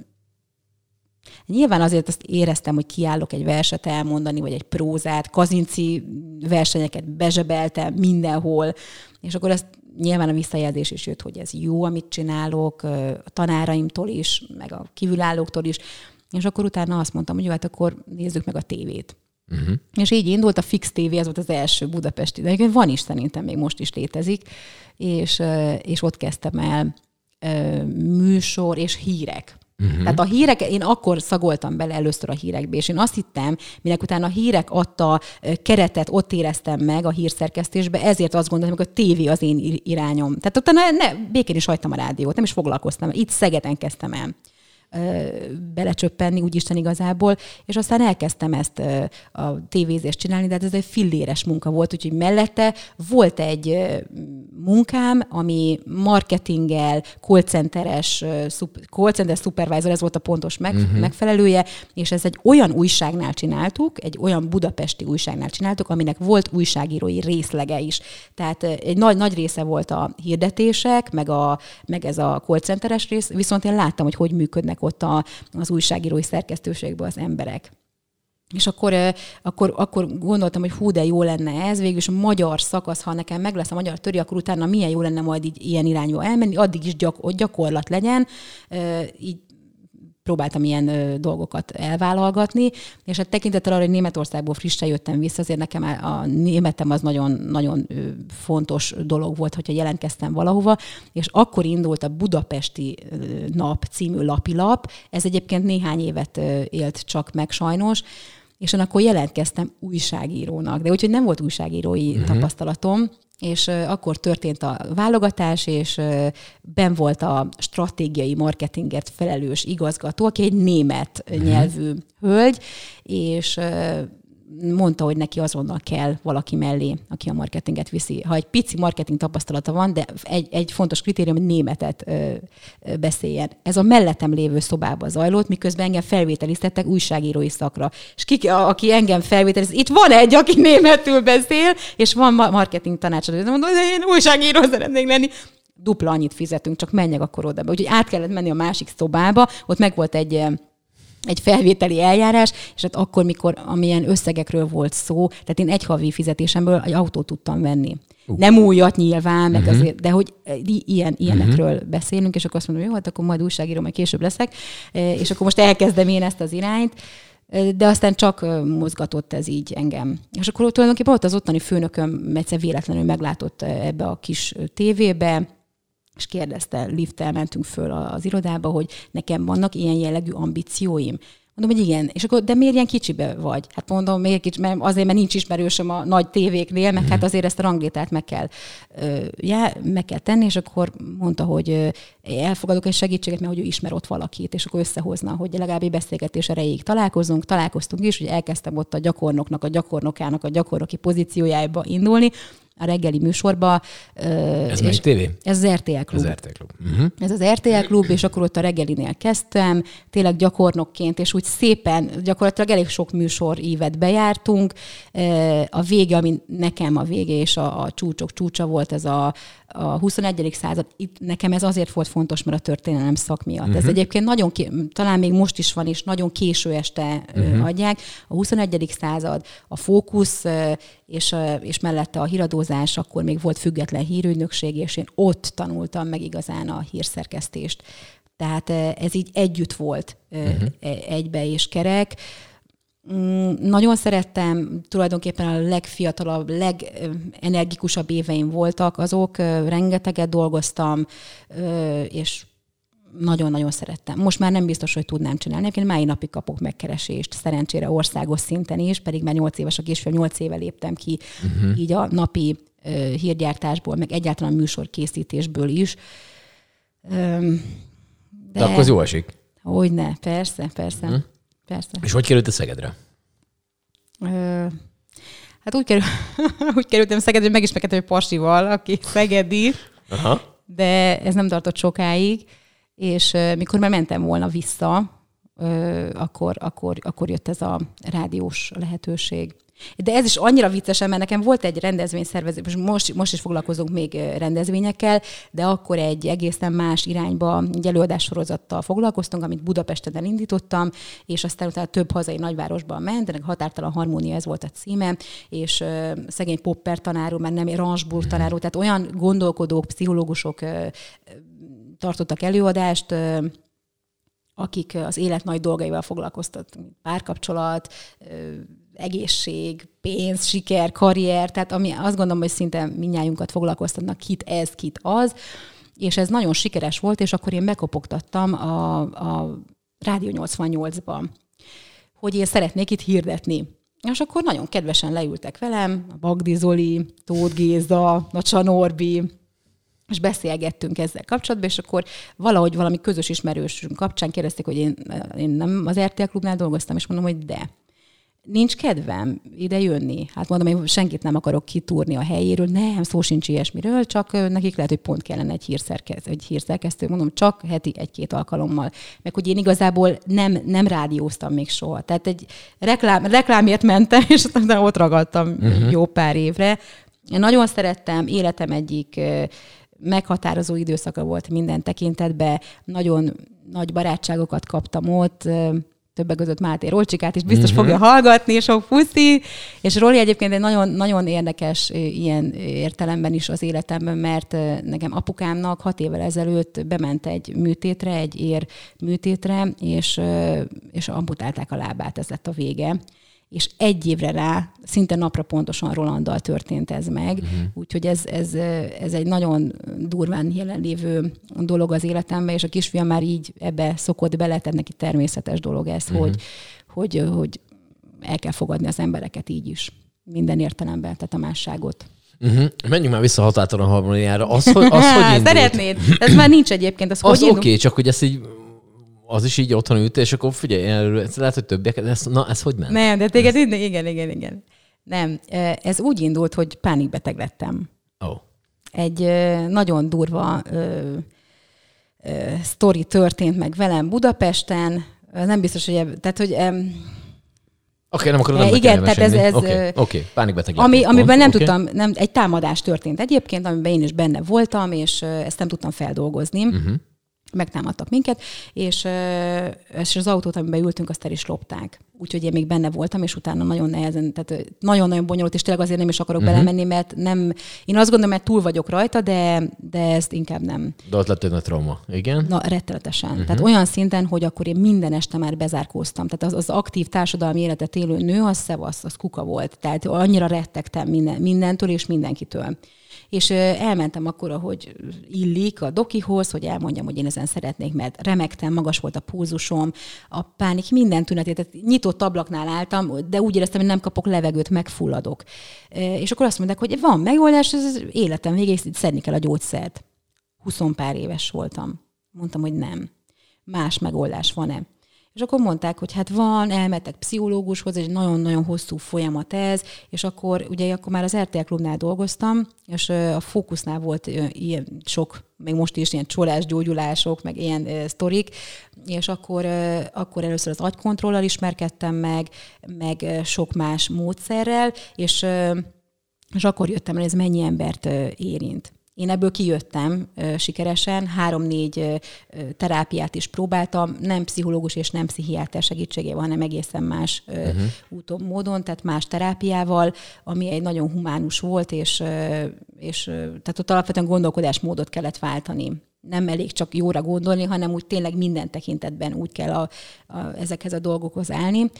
Nyilván azért azt éreztem, hogy kiállok egy verset elmondani, vagy egy prózát, kazinci versenyeket bezsebeltem mindenhol, és akkor ezt nyilván a visszajelzés is jött, hogy ez jó, amit csinálok, a tanáraimtól is, meg a kívülállóktól is, és akkor utána azt mondtam, hogy jó, hát akkor nézzük meg a tévét. Uh-huh. És így indult a Fix té vé, ez volt az első budapesti, de van is, szerintem még most is létezik, és, és ott kezdtem el műsor és hírek. Uh-huh. Tehát a hírek, én akkor szagoltam bele először a hírekbe, és én azt hittem, minek utána a hírek adta keretet, ott éreztem meg a hírszerkesztésbe, ezért azt gondoltam, hogy a tévé az én irányom. Tehát utána ne, békén is hagytam a rádiót, nem is foglalkoztam. Itt Szegeden kezdtem el belecsöppenni, úgyisten igazából, és aztán elkezdtem ezt a tévézést csinálni, de hát ez egy filléres munka volt, úgyhogy mellette volt egy munkám, ami marketinggel, callcenteres, callcenter supervisor, ez volt a pontos meg, uh-huh. megfelelője, és ez egy olyan újságnál csináltuk, egy olyan budapesti újságnál csináltuk, aminek volt újságírói részlege is. Tehát egy nagy, nagy része volt a hirdetések, meg, a, meg ez a callcenteres rész, viszont én láttam, hogy hogy működnek ott a, az újságírói szerkesztőségben az emberek. És akkor, akkor, akkor gondoltam, hogy hú, de jó lenne ez, végülis a magyar szakasz, ha nekem meg lesz a magyar töri, akkor utána milyen jó lenne majd így ilyen irányba elmenni, addig is gyak, gyakorlat legyen, így próbáltam ilyen ö, dolgokat elvállalgatni, és hát tekintettel arra, hogy Németországból frissen jöttem vissza, azért nekem a németem az nagyon, nagyon ö, fontos dolog volt, hogyha jelentkeztem valahova, és akkor indult a Budapesti Nap című lapilap, ez egyébként néhány évet ö, élt csak meg sajnos, és én akkor jelentkeztem újságírónak, de úgyhogy nem volt újságírói uh-huh. tapasztalatom, és uh, akkor történt a válogatás, és uh, benn volt a stratégiai marketingért felelős igazgató, aki egy német uh-huh. nyelvű hölgy, és uh, mondta, hogy neki azonnal kell valaki mellé, aki a marketinget viszi. Ha egy pici marketing tapasztalata van, de egy, egy fontos kritérium, hogy németet ö, ö, beszéljen. Ez a mellettem lévő szobában zajlott, miközben engem felvételiztettek újságírói szakra. És ki, a, aki engem felvételiz, itt van egy, aki németül beszél, és van marketing tanácsadó. Mondom, hogy én újságíró szeretnék lenni. Dupla annyit fizetünk, csak menjek akkor oda be. Úgyhogy át kellett menni a másik szobába, ott meg volt egy egy felvételi eljárás, és hát akkor, mikor amilyen összegekről volt szó, tehát én egy havi fizetésemből egy autót tudtam venni. Uh. Nem újat nyilván, meg uh-huh. azért, de hogy ilyen, ilyenekről uh-huh. beszélünk, és akkor azt mondom, jó, hát akkor majd újságíró, majd később leszek, és akkor most elkezdem én ezt az irányt, de aztán csak mozgatott ez így engem. És akkor tulajdonképpen ott az ottani főnököm egyszer véletlenül meglátott ebbe a kis tévébe, és kérdezte, lifttel mentünk föl az irodába, hogy nekem vannak ilyen jellegű ambícióim. Mondom, hogy igen. És akkor, de miért ilyen kicsibe vagy? Hát mondom, miért kicsi, mert azért, mert nincs ismerősöm a nagy tévéknél, meg hát azért ezt a ranglétát meg kell, já, meg kell tenni, és akkor mondta, hogy elfogadok egy segítséget, mert hogy ő ismer ott valakit, és akkor összehozna, hogy legalább egy beszélgetés erejéig találkozunk, találkoztunk is, hogy elkezdtem ott a gyakornoknak, a gyakornokának a gyakornoki pozíciójába indulni, a reggeli műsorba. Ez melyik tévé? Ez az er té el Klub. Az er té el Klub. Uh-huh. Ez az er té el Klub, és akkor ott a reggelinél kezdtem, tényleg gyakornokként, és úgy szépen, gyakorlatilag elég sok műsor ívet bejártunk. A vége, ami nekem a vége, és a, a csúcsok csúcsa volt, ez a, a huszonegyedik század. Itt nekem ez azért volt fontos, mert a történelem szak miatt. Uh-huh. Ez egyébként nagyon, talán még most is van, és nagyon késő este uh-huh. adják. A huszonegyedik század, a fókusz, és, és mellette a híradózás, akkor még volt független hírügynökség, és én ott tanultam meg igazán a hírszerkesztést. Tehát ez így együtt volt uh-huh. egybe és kerek. Nagyon szerettem, tulajdonképpen a legfiatalabb, legenergikusabb éveim voltak azok, rengeteget dolgoztam, és nagyon-nagyon szerettem. Most már nem biztos, hogy tudnám csinálni. Egyébként mai napig kapok megkeresést, szerencsére országos szinten is, pedig már nyolc éves a később, nyolc éve léptem ki uh-huh. így a napi uh, hírgyártásból, meg egyáltalán műsorkészítésből is. Um, de, de akkor az jó esik. Hogyne, persze, persze. Uh-huh. persze. És hogy került a Szegedre? Uh, hát úgy, kerül, úgy kerültem Szegedre, hogy megismerkedtem egy pasival, aki szegedi, Aha. de ez nem tartott sokáig. És uh, mikor már mentem volna vissza, uh, akkor, akkor, akkor jött ez a rádiós lehetőség. De ez is annyira vicces, mert nekem volt egy rendezvényszervezés, most, most is foglalkozunk még rendezvényekkel, de akkor egy egészen más irányba, egy előadássorozattal foglalkoztunk, amit Budapesten elindítottam, és aztán utána több hazai nagyvárosban ment, ennek Határtalan Harmónia, ez volt a címe, és uh, szegény Popper tanár úr, mert nem Ransburg tanár úr, tehát olyan gondolkodók, pszichológusok uh, tartottak előadást, uh, akik az élet nagy dolgaival foglalkoztak, párkapcsolat, uh, egészség, pénz, siker, karrier, tehát ami azt gondolom, hogy szinte mindnyájunkat foglalkoztatnak, kit ez, kit az, és ez nagyon sikeres volt, és akkor én bekopogtattam a, a Rádió nyolcvannyolcban, hogy én szeretnék itt hirdetni. És akkor nagyon kedvesen leültek velem, a Bagdi Zoli, Tóth Géza, Nacsa Norbi, és beszélgettünk ezzel kapcsolatban, és akkor valahogy valami közös ismerősünk kapcsán kérdezték, hogy én, én nem az er té el Klubnál dolgoztam, és mondom, hogy de. Nincs kedvem ide jönni. Hát mondom, én senkit nem akarok kitúrni a helyéről, nem, szó sincs ilyesmiről, csak nekik lehet, hogy pont kellene egy hírszerkesztő, egy hírszerkesztő, mondom, csak heti egy-két alkalommal. Meg hogy én igazából nem, nem rádióztam még soha. Tehát egy reklám, reklámért mentem, és aztán ott ragadtam uh-huh. jó pár évre. Én nagyon szerettem, életem egyik meghatározó időszaka volt minden tekintetben, nagyon nagy barátságokat kaptam ott, többek között Máté Rolcsikát is biztos Mhm. fogja hallgatni, sok puszi. És Roli egyébként egy nagyon, nagyon érdekes ilyen értelemben is az életemben, mert nekem apukámnak hat évvel ezelőtt bement egy műtétre, egy ér műtétre, és, és amputálták a lábát, ez lett a vége. És egy évre rá, szinte napra pontosan Rolanddal történt ez meg. Uh-huh. Úgyhogy ez, ez, ez egy nagyon durván jelenlévő dolog az életemben, és a kisfiam már így ebbe szokott bele, tehát neki természetes dolog ez, uh-huh. hogy, hogy, hogy el kell fogadni az embereket így is. Minden értelemben, tehát a másságot. Uh-huh. Menjünk már vissza a határtalan harmóniára. Az, hogy, az, hogy indult? Szeretnéd? Ez már nincs egyébként. Az, az hogy oké, okay, csak hogy ezt így az is így otthon ült, és akkor figyelj, ez lehet, hogy többiek, ez, na ez hogy ment? Nem, de téged ez... igen, igen, igen. Nem, ez úgy indult, hogy pánikbeteg lettem. Oh. Egy nagyon durva ö, ö, sztori történt meg velem Budapesten. Nem biztos, hogy... Tehát, hogy Oké, okay, nem akarod, nem igen, tehát ez... ez Oké, okay, okay. Pánikbeteg lettem. Ami, amiben nem okay. tudtam, nem, egy támadás történt egyébként, amiben én is benne voltam, és ezt nem tudtam feldolgozni. Uh-huh. Megtámadtak minket, és, és az autót, amiben ültünk, azt el is lopták. Úgyhogy én még benne voltam, és utána nagyon nehezen, tehát nagyon-nagyon bonyolult, és tényleg azért nem is akarok uh-huh. belemenni, mert nem, én azt gondolom, hogy túl vagyok rajta, de, de ezt inkább nem. De ott lett egy trauma, igen? Na, rettenetesen. Uh-huh. Tehát olyan szinten, hogy akkor én minden este már bezárkóztam. Tehát az, az aktív társadalmi életet élő nő, az szevasz, az kuka volt. Tehát annyira rettegtem minden, mindentől és mindenkitől. És elmentem akkor, ahogy illik a dokihoz, hogy elmondjam, hogy én ezen szeretnék, mert remegtem, magas volt a pulzusom, a pánik minden tünetét, tehát nyitott ablaknál álltam, de úgy éreztem, hogy nem kapok levegőt, megfulladok. És akkor azt mondták, hogy van megoldás, ez életem végéig szedni kell a gyógyszert. Huszompár éves voltam. Mondtam, hogy nem. Más megoldás van-e? És akkor mondták, hogy hát van, elmentek pszichológushoz, egy nagyon-nagyon hosszú folyamat ez, és akkor ugye akkor már az er té el Klubnál dolgoztam, és a Fókusznál volt ilyen sok, még most is ilyen csolás gyógyulások, meg ilyen uh, sztorik, és akkor, uh, akkor először az agykontrollal ismerkedtem meg, meg uh, sok más módszerrel, és, uh, és akkor jöttem el, ez mennyi embert uh, érint. Én ebből kijöttem uh, sikeresen, három-négy uh, terápiát is próbáltam, nem pszichológus és nem pszichiáter segítségével, hanem egészen más uh, uh-huh. úton, módon, tehát más terápiával, ami egy nagyon humánus volt, és, uh, és uh, tehát ott alapvetően gondolkodásmódot kellett váltani. Nem elég csak jóra gondolni, hanem úgy tényleg minden tekintetben úgy kell a, a, ezekhez a dolgokhoz állni.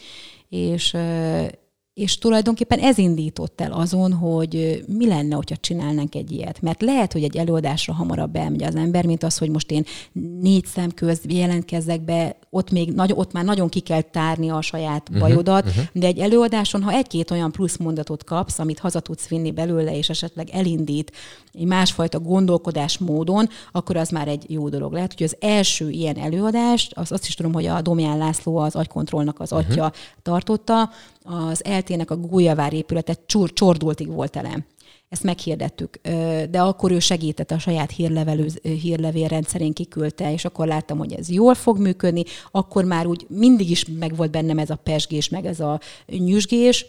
És uh, És tulajdonképpen ez indított el azon, hogy mi lenne, hogyha csinálnánk egy ilyet. Mert lehet, hogy egy előadásra hamarabb elmegy az ember, mint az, hogy most én négy szem közt jelentkezzek be, ott, még nagy, ott már nagyon ki kell tárni a saját bajodat, uh-huh, uh-huh. de egy előadáson, ha egy-két olyan plusz mondatot kapsz, amit haza tudsz vinni belőle, és esetleg elindít egy másfajta gondolkodás módon, akkor az már egy jó dolog lehet. Úgyhogy az első ilyen előadást, azt, azt is tudom, hogy a Domján László, az agykontrollnak az atya uh-huh. tartotta, az é el té-nek a Gólyavár épülete csor, csordultig volt tele. Ezt meghirdettük, de akkor ő segített, a saját hírlevelő, hírlevélrendszerén kiküldte, és akkor láttam, hogy ez jól fog működni, akkor már úgy mindig is meg volt bennem ez a pezsgés, meg ez a nyüzsgés.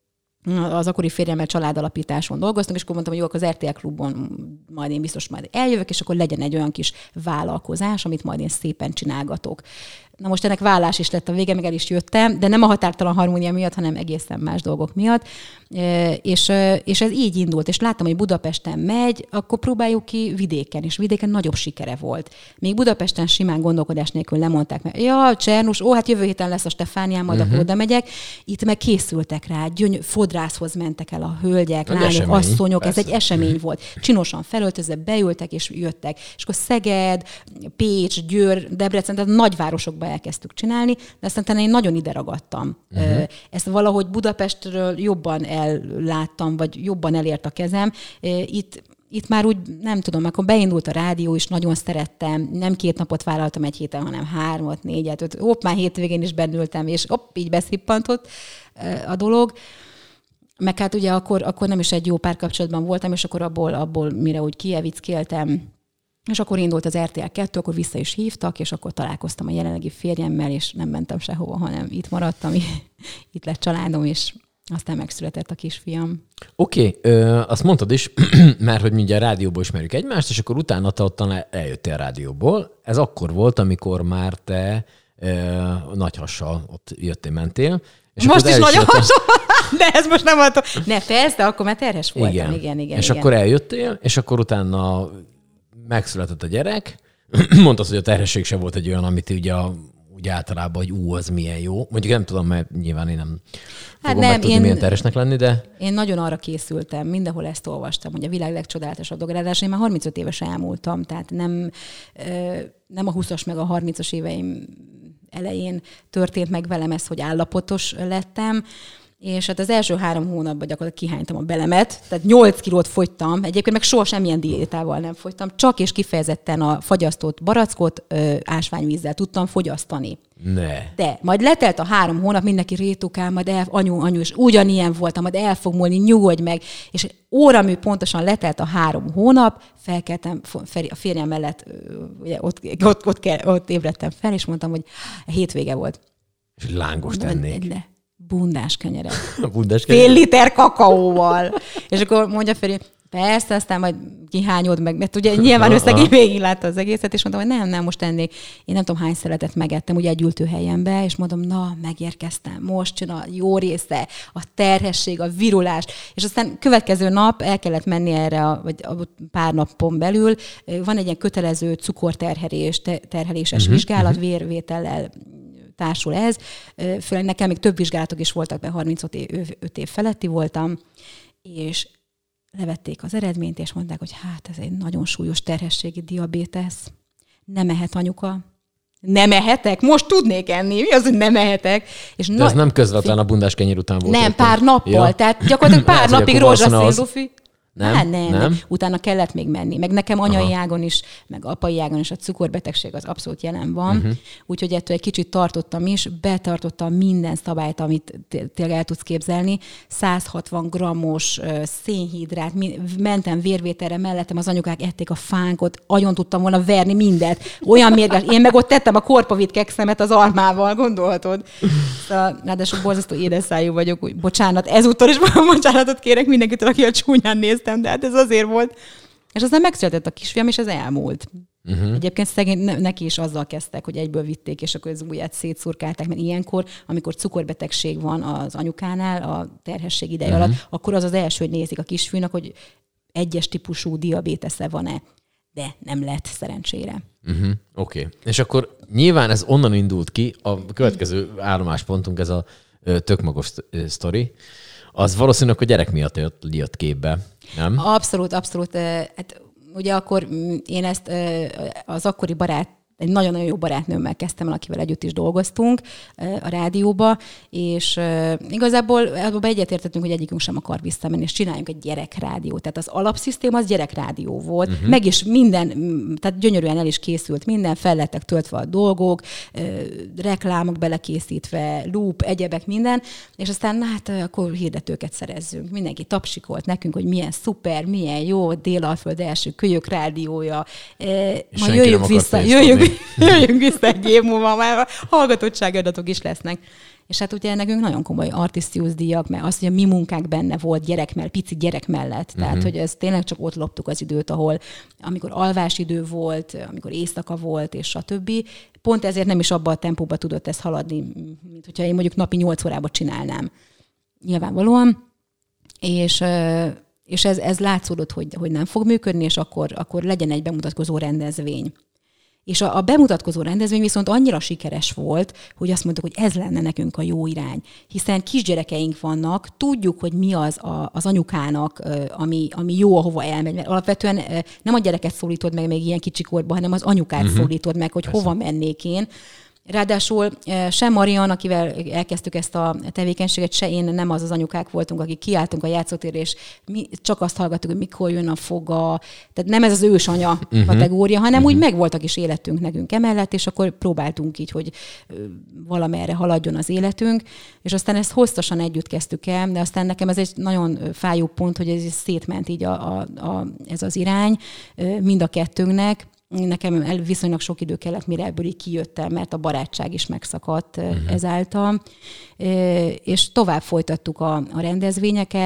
Az akkori férjemmel családalapításon dolgoztunk, és akkor mondtam, hogy jó, akkor az er té el Klubon majd én biztos majd eljövök, és akkor legyen egy olyan kis vállalkozás, amit majd én szépen csinálgatok. Na most ennek vállás is lett a vége, meg el is jöttem, de nem a határtalan harmónia miatt, hanem egészen más dolgok miatt. És, és ez így indult, és láttam, hogy Budapesten megy, akkor próbáljuk ki vidéken, és vidéken nagyobb sikere volt. Még Budapesten simán gondolkodás nélkül lemondták meg. Ja, Csernus, ó, hát jövő héten lesz a Stefánián, majd uh-huh. akkor oda megyek. Itt meg készültek rá, gyöny- fodrászhoz mentek el a hölgyek, lányok, esemény, asszonyok, persze. Ez egy esemény volt. Csinosan felöltözve, beültek és jöttek. És akkor Szeged, Pécs, Győr, Debrecen, tehát nagyvárosokban elkezdtük csinálni, de aztán én nagyon ide ragadtam. Uh-huh. Ezt valahogy Budapestről jobban elláttam, vagy jobban elért a kezem. Itt, itt már úgy, nem tudom, akkor beindult a rádió, és nagyon szerettem. Nem két napot vállaltam egy héten, hanem hármat, négyet, öt. Hopp, már hétvégén is bennültem, és hopp, így beszippantott a dolog. Meg hát ugye akkor, akkor nem is egy jó párkapcsolatban voltam, és akkor abból, abból mire úgy kijevickéltem, és akkor indult az er té el kettő, akkor vissza is hívtak, és akkor találkoztam a jelenlegi férjemmel, és nem mentem sehova, hanem itt maradtam, itt lett családom, és aztán megszületett a kisfiam. Oké, okay, azt mondtad is, mert hogy mindjárt rádióból ismerjük egymást, és akkor utána te ottan eljöttél a rádióból. Ez akkor volt, amikor már te nagy hassal ott jöttél, mentél. És most is nagyon hassal, de ez most nem adta. Ne, persze, de akkor már terhes voltam. Igen, igen, igen. És igen. akkor eljöttél, és akkor utána megszületett a gyerek. Mondtad, hogy a terhesség sem volt egy olyan, amit ugye, ugye általában, hogy ú, az milyen jó. Mondjuk nem tudom, mert nyilván én nem hát fogom nem, megtudni, én, milyen terhesnek lenni, de... Én nagyon arra készültem, mindenhol ezt olvastam, hogy a világ legcsodálatosabb dolga. Ráadásul én már harmincöt éves elmúltam, tehát nem, nem a húszas meg a harmincas éveim elején történt meg velem ez, hogy állapotos lettem, és hát az első három hónapban gyakorlatilag kihánytam a belemet, tehát nyolc kilót fogytam, egyébként meg soha semmilyen diétával nem fogytam, csak és kifejezetten a fagyasztott barackot ö, ásványvízzel tudtam fogyasztani. Ne. De majd letelt a három hónap, mindenki rétukál, majd el, anyu, anyu, és ugyanilyen voltam, majd el fog múlni, nyugodj meg, és óramű pontosan letelt a három hónap, felkeltem a férjem mellett, ugye, ott, ott, ott, ott, ott ébredtem fel, és mondtam, hogy a hétvége volt. És lángos tennék. De, bundás kenyeret. Bundás kenyeret. Fél liter kakaóval. És akkor mondja Feri, persze, aztán majd kihányod meg, mert ugye nyilván összegény végig látta az egészet, és mondtam, hogy nem, nem, most ennék. Én nem tudom, hány szeletet megettem, ugye egy ültőhelyembe, és mondom, na, megérkeztem, most jön a jó része, a terhesség, a virulás, és aztán következő nap el kellett menni erre, a, vagy a pár napon belül, van egy ilyen kötelező cukorterhelés, terheléses uh-huh, vizsgálat, uh-huh. vérvétellel társul ez. Főleg nekem még több vizsgálatok is voltak, mert harmincöt év feletti voltam, és levették az eredményt, és mondták, hogy hát ez egy nagyon súlyos terhességi diabétesz. Nem ehet anyuka. Nem ehetek? Most tudnék enni. Mi az, hogy nem ehetek? És de na... ez nem közvetlen a bundás kenyér után volt. Nem, pár nappal. Ja. Tehát gyakorlatilag pár napig rózsaszín lufi. Nem, hát nem, nem. nem. Utána kellett még menni. Meg nekem anyai Aha. ágon is, meg apai ágon is a cukorbetegség az abszolút jelen van. Uh-huh. Úgyhogy ettől egy kicsit tartottam is, betartottam minden szabályt, amit tényleg el tudsz képzelni. száz hatvan grammos uh, szénhidrát, mi- mentem vérvételre, mellettem az anyukák ették a fánkot, agyon tudtam volna verni mindet. Olyan mérges. Én meg ott tettem a korpavit kekszemet az almával, gondolhatod. Szóval, ráadásul borzasztó édesszájú vagyok, úgy, bocsánat, ezúttal is bocsánatot kérek mindenkitől, aki a csúnyán néz, de hát ez azért volt. És aztán megszületett a kisfiam, és ez elmúlt. Uh-huh. Egyébként szegény, neki is azzal kezdtek, hogy egyből vitték, és akkor az ujját szétszurkálták, mert ilyenkor, amikor cukorbetegség van az anyukánál a terhesség ideje uh-huh. alatt, akkor az az első, hogy nézik a kisfiúnak, hogy egyes típusú diabétesze van-e. De nem lett szerencsére. Uh-huh. Oké. Okay. És akkor nyilván ez onnan indult ki, a következő állomáspontunk, ez a tök magos sztori, az valószínűleg a gyerek miatt jött, jött képbe, nem? Abszolút, abszolút. Hát ugye akkor én ezt az akkori barát, egy nagyon-nagyon jó barátnőmmel kezdtem el, akivel együtt is dolgoztunk a rádióba, és igazából abban egyetértettünk, hogy egyikünk sem akar visszamenni, és csináljunk egy gyerekrádiót. Tehát az alapszisztéma az gyerekrádió volt, uh-huh. meg is minden, tehát gyönyörűen el is készült minden, fel lettek töltve a dolgok, reklámok belekészítve, loop, egyebek, minden, és aztán hát akkor hirdetőket szerezzünk. Mindenki tapsikolt nekünk, hogy milyen szuper, milyen jó, Dél-Alföld első kölyök rádiója. Ma jöjjünk vissza, jöjjünk Jöjjünk vissza egy év múlva, már hallgatottsági adatok is lesznek. És hát ugye nekünk nagyon komoly Artistius díjak, mert az, hogy a mi munkánk benne volt gyerek mellett, pici gyerek mellett. Tehát, uh-huh. hogy ez tényleg csak ott loptuk az időt, ahol amikor alvásidő volt, amikor éjszaka volt, és stb. Pont ezért nem is abban a tempóban tudott ez haladni, mint hogyha én mondjuk napi nyolc órában csinálnám. Nyilvánvalóan. És... és ez, ez látszódott, hogy, hogy nem fog működni, és akkor, akkor legyen egy bemutatkozó rendezvény. És a, a bemutatkozó rendezvény viszont annyira sikeres volt, hogy azt mondtuk, hogy ez lenne nekünk a jó irány. Hiszen kisgyerekeink vannak, tudjuk, hogy mi az a, az anyukának, ami, ami jó, ahova elmegy. Mert alapvetően nem a gyereket szólítod meg még ilyen kicsikorban, hanem az anyukát uh-huh. szólítod meg, hogy Persze. hova mennék én. Ráadásul sem Marian, akivel elkezdtük ezt a tevékenységet, se én nem az az anyukák voltunk, akik kiálltunk a játszótérre, és mi csak azt hallgattuk, hogy mikor jön a foga. Tehát nem ez az ősanya uh-huh. kategória, hanem uh-huh. úgy megvoltak is életünk nekünk emellett, és akkor próbáltunk így, hogy valamerre haladjon az életünk, és aztán ezt hosszasan együtt kezdtük el, de aztán nekem ez egy nagyon fájó pont, hogy ez szétment így a, a, a, ez az irány mind a kettőnknek. Nekem viszonylag sok idő kellett, mire ebből így kijöttem, mert a barátság is megszakadt uh-huh. ezáltal. És tovább folytattuk a, a rendezvényeket,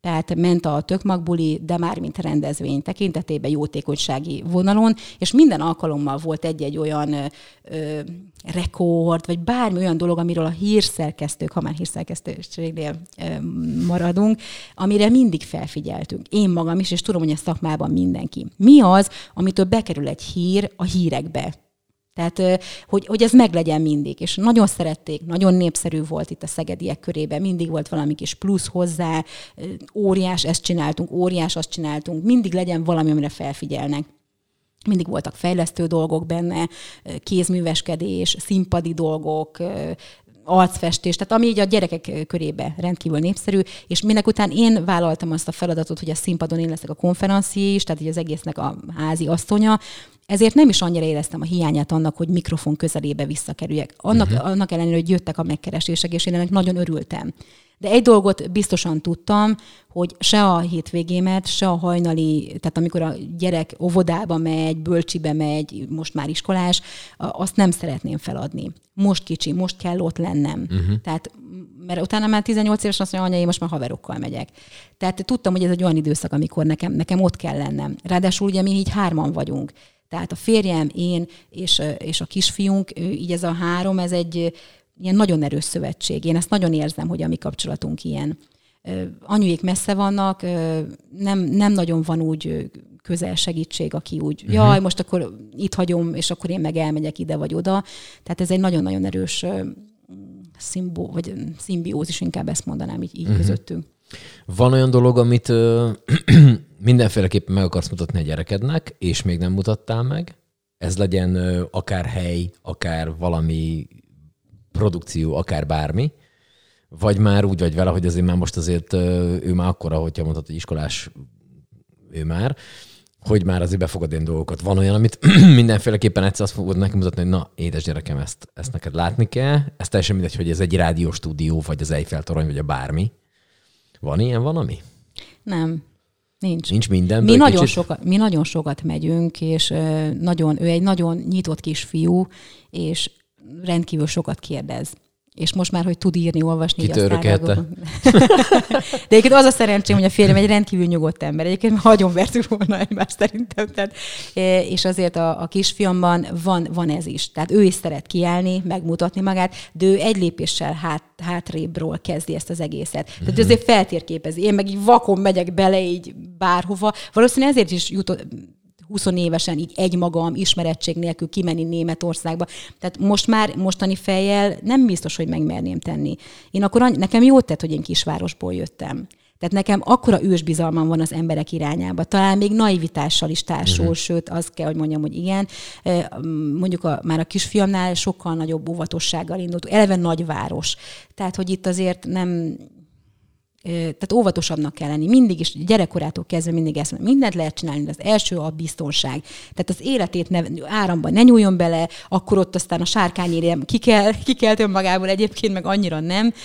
Tehát ment a tökmagbuli, de már mint rendezvény tekintetében jótékonysági vonalon, és minden alkalommal volt egy-egy olyan ö, ö, rekord, vagy bármi olyan dolog, amiről a hírszerkesztők, ha már hírszerkesztőségnél ö, maradunk, amire mindig felfigyeltünk. Én magam is, és tudom, hogy a szakmában mindenki. Mi az, amitől bekerül egy hír a hírekbe? Tehát, hogy, hogy ez meglegyen mindig. És nagyon szerették, nagyon népszerű volt itt a szegediek körében, mindig volt valami kis plusz hozzá, óriás ezt csináltunk, óriás azt csináltunk, mindig legyen valami, amire felfigyelnek. Mindig voltak fejlesztő dolgok benne, kézműveskedés, színpadi dolgok, arcfestés, tehát ami így a gyerekek körébe rendkívül népszerű, és minek után én vállaltam azt a feladatot, hogy a színpadon én leszek a konferencié is, tehát így az egésznek a házi assztonya, ezért nem is annyira éreztem a hiányát annak, hogy mikrofon közelébe visszakerüljek. Annak, uh-huh. annak ellenére, hogy jöttek a megkeresések, és én ennek nagyon örültem. De egy dolgot biztosan tudtam, hogy se a hétvégémet, se a hajnali, tehát amikor a gyerek óvodába megy, bölcsibe megy, most már iskolás, azt nem szeretném feladni. Most kicsi, most kell ott lennem. Uh-huh. Tehát, mert utána már tizennyolc éves azt mondja, anya, én most már haverokkal megyek. Tehát tudtam, hogy ez egy olyan időszak, amikor nekem, nekem ott kell lennem. Ráadásul ugye mi így hárman vagyunk. Tehát a férjem, én és, és a kisfiunk, így ez a három, ez egy ilyen nagyon erős szövetség. Én ezt nagyon érzem, hogy a mi kapcsolatunk ilyen. Anyujék messze vannak, nem, nem nagyon van úgy közel segítség, aki úgy, uh-huh. jaj, most akkor itt hagyom, és akkor én meg elmegyek ide vagy oda. Tehát ez egy nagyon-nagyon erős szimbó, vagy szimbiózis, inkább ezt mondanám így, így uh-huh. közöttünk. Van olyan dolog, amit ö, mindenféleképpen meg akarsz mutatni a gyerekednek, és még nem mutattál meg? Ez legyen ö, akár hely, akár valami produkció, akár bármi, vagy már úgy vagy vele, hogy azért már most azért ö, ő már akkora, hogyha mondhatod, hogy iskolás ő már, hogy már azért befogad ilyen dolgokat. Van olyan, amit mindenféleképpen egyszer azt fogod neki mutatni, hogy na, édes gyerekem, ezt, ezt neked látni kell. Ez teljesen mindegy, hogy ez egy rádióstúdió, vagy az Eiffel-torony, vagy a bármi. Van ilyen valami? Nem, nincs. Nincs minden. Mi nagyon, sokat, mi nagyon sokat megyünk, és nagyon, ő egy nagyon nyitott kisfiú, és rendkívül sokat kérdez. És most már, hogy tud írni, olvasni. Kitörökelte. De egyébként az a szerencsém, hogy a férjem egy rendkívül nyugodt ember. Egyébként nagyon vertük volna egymást szerintem. Tehát, és azért a, a kisfiamban van, van ez is. Tehát ő is szeret kiállni, megmutatni magát, de ő egy lépéssel hát, hátrébről kezdi ezt az egészet. Tehát mm-hmm. azért feltérképezi. Én meg így vakon megyek bele így bárhova. Valószínűleg ezért is jutott húsz évesen így egymagam, ismerettség nélkül kimenni Németországba. Tehát most már mostani fejjel nem biztos, hogy megmerném tenni. Én akkor nekem jót tett, hogy én kisvárosból jöttem. Tehát nekem akkora ősbizalmam van az emberek irányába. Talán még naivitással is társul, uh-huh. sőt, azt kell, hogy mondjam, hogy igen. Mondjuk a, már a kisfiamnál sokkal nagyobb óvatossággal indult. Eleve nagyváros. Tehát, hogy itt azért nem... Tehát óvatosabbnak kell lenni. Mindig is, gyerekkorától kezdve mindig ezt mondom, mindent lehet csinálni, de az első a biztonság. Tehát az életét ne, áramban ne nyúljon bele, akkor ott aztán a sárkányérjem ki kell, ki kell önmagából, egyébként meg annyira nem.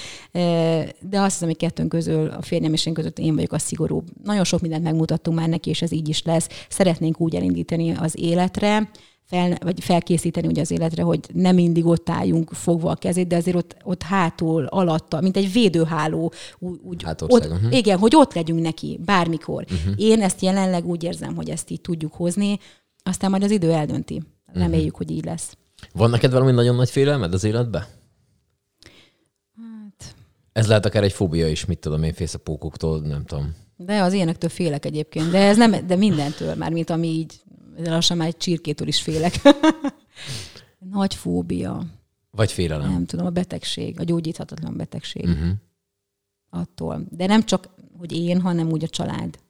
De azt hiszem, hogy kettőnk közül, a férjem és én között én vagyok a szigorú. Nagyon sok mindent megmutattunk már neki, és ez így is lesz. Szeretnénk úgy elindítani az életre, Fel, vagy felkészíteni ugye az életre, hogy nem mindig ott álljunk fogva a kezét, de azért ott, ott hátul, alatta, mint egy védőháló. Úgy, ott, uh-huh. Igen, hogy ott legyünk neki, bármikor. Uh-huh. Én ezt jelenleg úgy érzem, hogy ezt így tudjuk hozni, aztán majd az idő eldönti. Reméljük, uh-huh. hogy így lesz. Van neked valami nagyon nagy félelmed az életben? Hát... Ez lehet akár egy fóbia is, mit tudom én, fész a pókoktól, nem tudom. De az ilyenektől félek egyébként, de ez nem, de mindentől már, mint ami így lassan már egy csirkétől is félek. Nagy fóbia. Vagy félelem. Nem tudom, a betegség, a gyógyíthatatlan betegség. Uh-huh. Attól. De nem csak, hogy én, hanem úgy a család.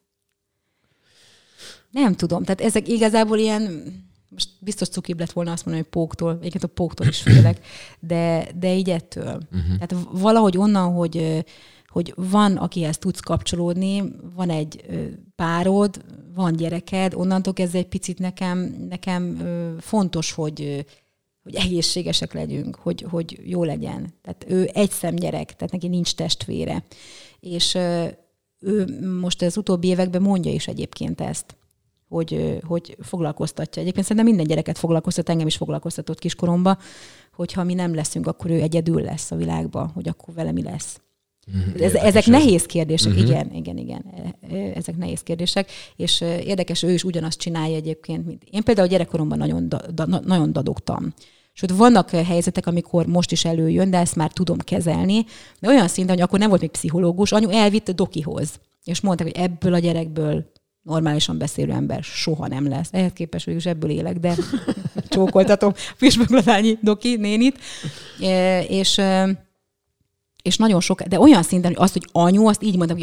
Nem tudom. Tehát ezek igazából ilyen, most biztos cukibb lett volna azt mondani, hogy póktól, egyébként a póktól is félek, de, de így ettől. Uh-huh. Tehát valahogy onnan, hogy hogy van, akihez tudsz kapcsolódni, van egy párod, van gyereked, onnantól kezdve egy picit nekem, nekem fontos, hogy, hogy egészségesek legyünk, hogy, hogy jó legyen. Tehát ő egy szemgyerek, tehát neki nincs testvére. És ő most az utóbbi években mondja is egyébként ezt, hogy, hogy foglalkoztatja. Egyébként szerintem minden gyereket foglalkoztat, engem is foglalkoztatott kiskoromban, hogyha mi nem leszünk, akkor ő egyedül lesz a világban, hogy akkor vele mi lesz. Mm, ez, ezek nehéz kérdések, uh-huh. igen, igen, igen. Ezek nehéz kérdések, és érdekes, ő is ugyanazt csinálja egyébként, mint én például gyerekkoromban nagyon, da, da, nagyon dadogtam. Sőt, vannak helyzetek, amikor most is előjön, de ezt már tudom kezelni, de olyan szinten, hogy akkor nem volt még pszichológus, anyu elvitt a dokihoz, és mondták, hogy ebből a gyerekből normálisan beszélő ember soha nem lesz. Ehhez képest végül is ebből élek, de csókoltatom Fisböglaványi doki nénit. E, és, és nagyon sok, de olyan szinten, hogy azt, hogy anyu, azt így mondtam, hogy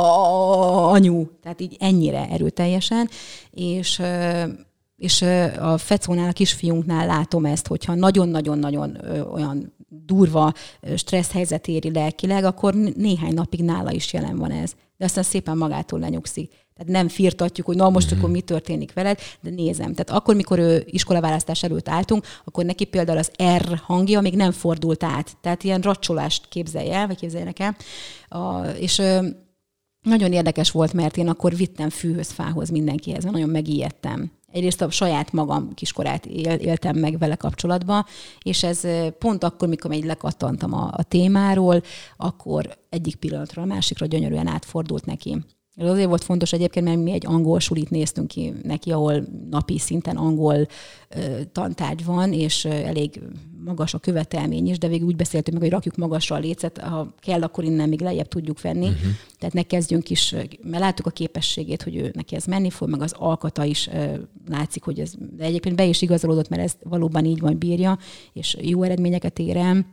anyu, tehát így ennyire erőteljesen, és, és a Fecónál, a kisfiunknál látom ezt, hogyha nagyon-nagyon-nagyon olyan durva stressz helyzet éri lelkileg, akkor néhány napig nála is jelen van ez. De aztán szépen magától lenyugszik. Tehát nem firtatjuk, hogy na most uh-huh. akkor mi történik veled, de nézem. Tehát akkor, mikor ő iskolaválasztás előtt álltunk, akkor neki például az R hangja még nem fordult át. Tehát ilyen racsolást képzelj el, vagy képzeljenek el. A, és ö, nagyon érdekes volt, mert én akkor vittem fűhöz, fához mindenkihez, nagyon megijedtem. Egyrészt a saját magam kiskorát él, éltem meg vele kapcsolatban, és ez pont akkor, mikor így lekattantam a, a témáról, akkor egyik pillanatról a másikra gyönyörűen átfordult neki. Ez azért volt fontos egyébként, mert mi egy angol sulit néztünk ki neki, ahol napi szinten angol ö, tantárgy van, és ö, elég magas a követelmény is, de végül úgy beszéltünk meg, hogy rakjuk magasra a lécet, ha kell, akkor innen még lejjebb tudjuk venni. Uh-huh. Tehát ne kezdjünk is, mert láttuk a képességét, hogy ő, neki ez menni fog, meg az alkata is ö, látszik, hogy ez, de egyébként be is igazolódott, mert ez valóban így van, bírja, és jó eredményeket ér el.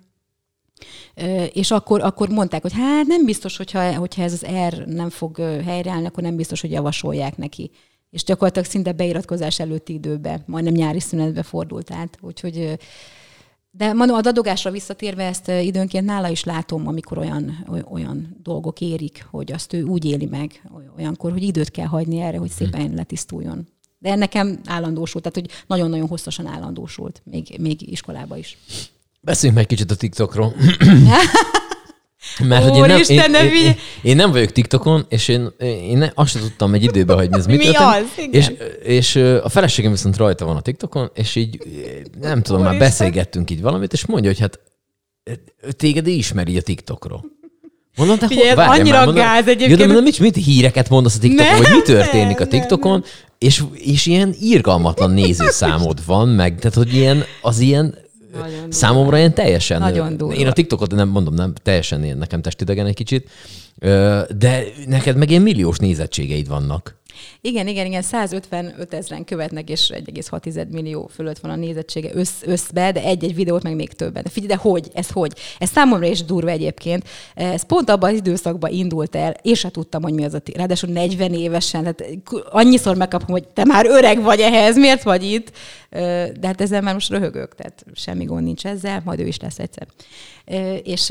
És akkor, akkor mondták, hogy hát nem biztos, hogyha, hogyha ez az R nem fog helyreállni, akkor nem biztos, hogy javasolják neki. És gyakorlatilag szinte beiratkozás előtti időbe, majdnem nyári szünetbe fordult át. Úgyhogy, de mondom, a dadogásra visszatérve ezt időnként nála is látom, amikor olyan, olyan dolgok érik, hogy azt ő úgy éli meg olyankor, hogy időt kell hagyni erre, hogy szépen letisztuljon. De nekem állandósult, tehát hogy nagyon-nagyon hosszasan állandósult, még, még iskolába is. Beszéljünk meg kicsit a TikTokról. Mert hogy én nem, én, én, én, én nem vagyok TikTokon, és én, én ne, azt sem tudtam egy időben, hogy ez mit mi történik. Az? És, és a feleségem viszont rajta van a TikTokon, és így nem tudom, Úristen. Már beszélgettünk így valamit, és mondja, hogy hát téged ismeri a TikTokról. Mondom, de Figyelj, ez annyira már, mondom, gáz egyébként. Jó, de mondom, mit, mit híreket mondasz a TikTokon, nem, vagy mi történik nem, a TikTokon, nem, nem. És, és ilyen irgalmatlan nézőszámod van, meg tehát, hogy ilyen, az ilyen nagyon számomra durva. Ilyen teljesen... Nagyon durva. Én a TikTokot nem mondom, nem teljesen ilyen, nekem testidegen egy kicsit, de neked meg ilyen milliós nézettségeid vannak. Igen, igen, igen, százötvenöt ezren követnek, és egy egész hat millió fölött van a nézettsége össz, összbe, de egy-egy videót meg még többen. De figyelj, de hogy? Ez hogy? Ez számomra is durva egyébként. Ez pont abban az időszakban indult el, és se tudtam, hogy mi az a t- ráadásul negyven évesen, tehát annyiszor megkapom, hogy te már öreg vagy ehhez, miért vagy itt? De hát ezzel már most röhögök, tehát semmi gond nincs ezzel, majd ő is lesz egyszer. És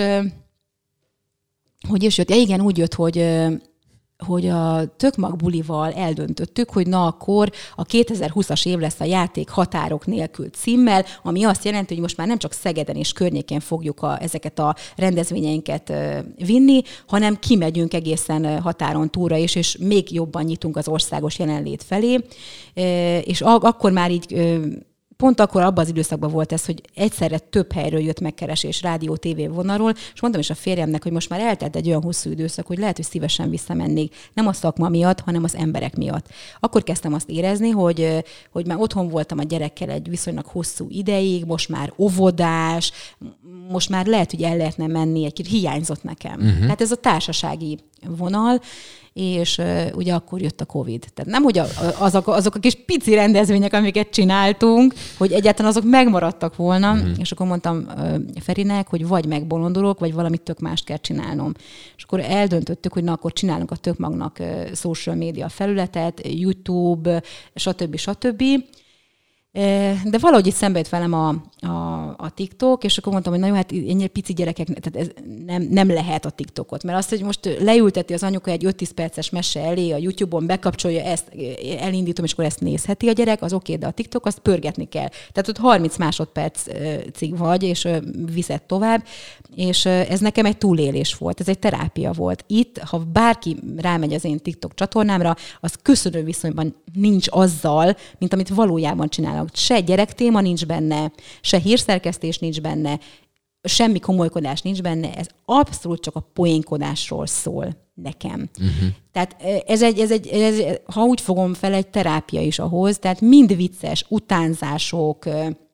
hogy is jött? Ja, igen, úgy jött, hogy hogy a Tökmag bulival eldöntöttük, hogy na akkor a kétezer-húszas év lesz a játék határok nélkül címmel, ami azt jelenti, hogy most már nem csak Szegeden és környékén fogjuk a, ezeket a rendezvényeinket vinni, hanem kimegyünk egészen határon túlra is, és még jobban nyitunk az országos jelenlét felé. És akkor már így pont akkor abban az időszakban volt ez, hogy egyszerre több helyről jött megkeresés rádió, tévé vonalról, és mondtam is a férjemnek, hogy most már eltelt egy olyan hosszú időszak, hogy lehet, hogy szívesen visszamennék. Nem a szakma miatt, hanem az emberek miatt. Akkor kezdtem azt érezni, hogy, hogy már otthon voltam a gyerekkel egy viszonylag hosszú ideig, most már óvodás, most már lehet, hogy el lehetne menni, egy kicsit hiányzott nekem. Uh-huh. Hát ez a társasági vonal, és uh, ugye akkor jött a Covid. Tehát nem, hogy a, azok, azok a kis pici rendezvények, amiket csináltunk, hogy egyáltalán azok megmaradtak volna, mm. és akkor mondtam uh, Ferinek, hogy vagy megbolondulok, vagy valamit tök mást kell csinálnom. És akkor eldöntöttük, hogy na, akkor csinálunk a Tökmagnak uh, social media felületet, YouTube, stb. stb. De valahogy itt szembe jött velem a, a, a TikTok, és akkor mondtam, hogy na jó, hát ennyire pici gyerekek, tehát ez nem, nem lehet a TikTokot. Mert azt, hogy most leülteti az anyuka egy öt-tíz perces mese elé, a YouTube-on bekapcsolja ezt, elindítom, és akkor ezt nézheti a gyerek, az oké, de a TikTok azt pörgetni kell. Tehát ott harminc másodpercig vagy, és viszed tovább, és ez nekem egy túlélés volt, ez egy terápia volt. Itt, ha bárki rámegy az én TikTok csatornámra, az köszönő viszonyban nincs azzal, mint amit valójában csinálok. Se gyerektéma nincs benne, se hírszerkesztés nincs benne. semmi komolykodás nincs benne, ez abszolút csak a poénkodásról szól nekem. Uh-huh. Tehát ez egy, ez egy, ez, ha úgy fogom fel, egy terápia is ahhoz, tehát mind vicces, utánzások,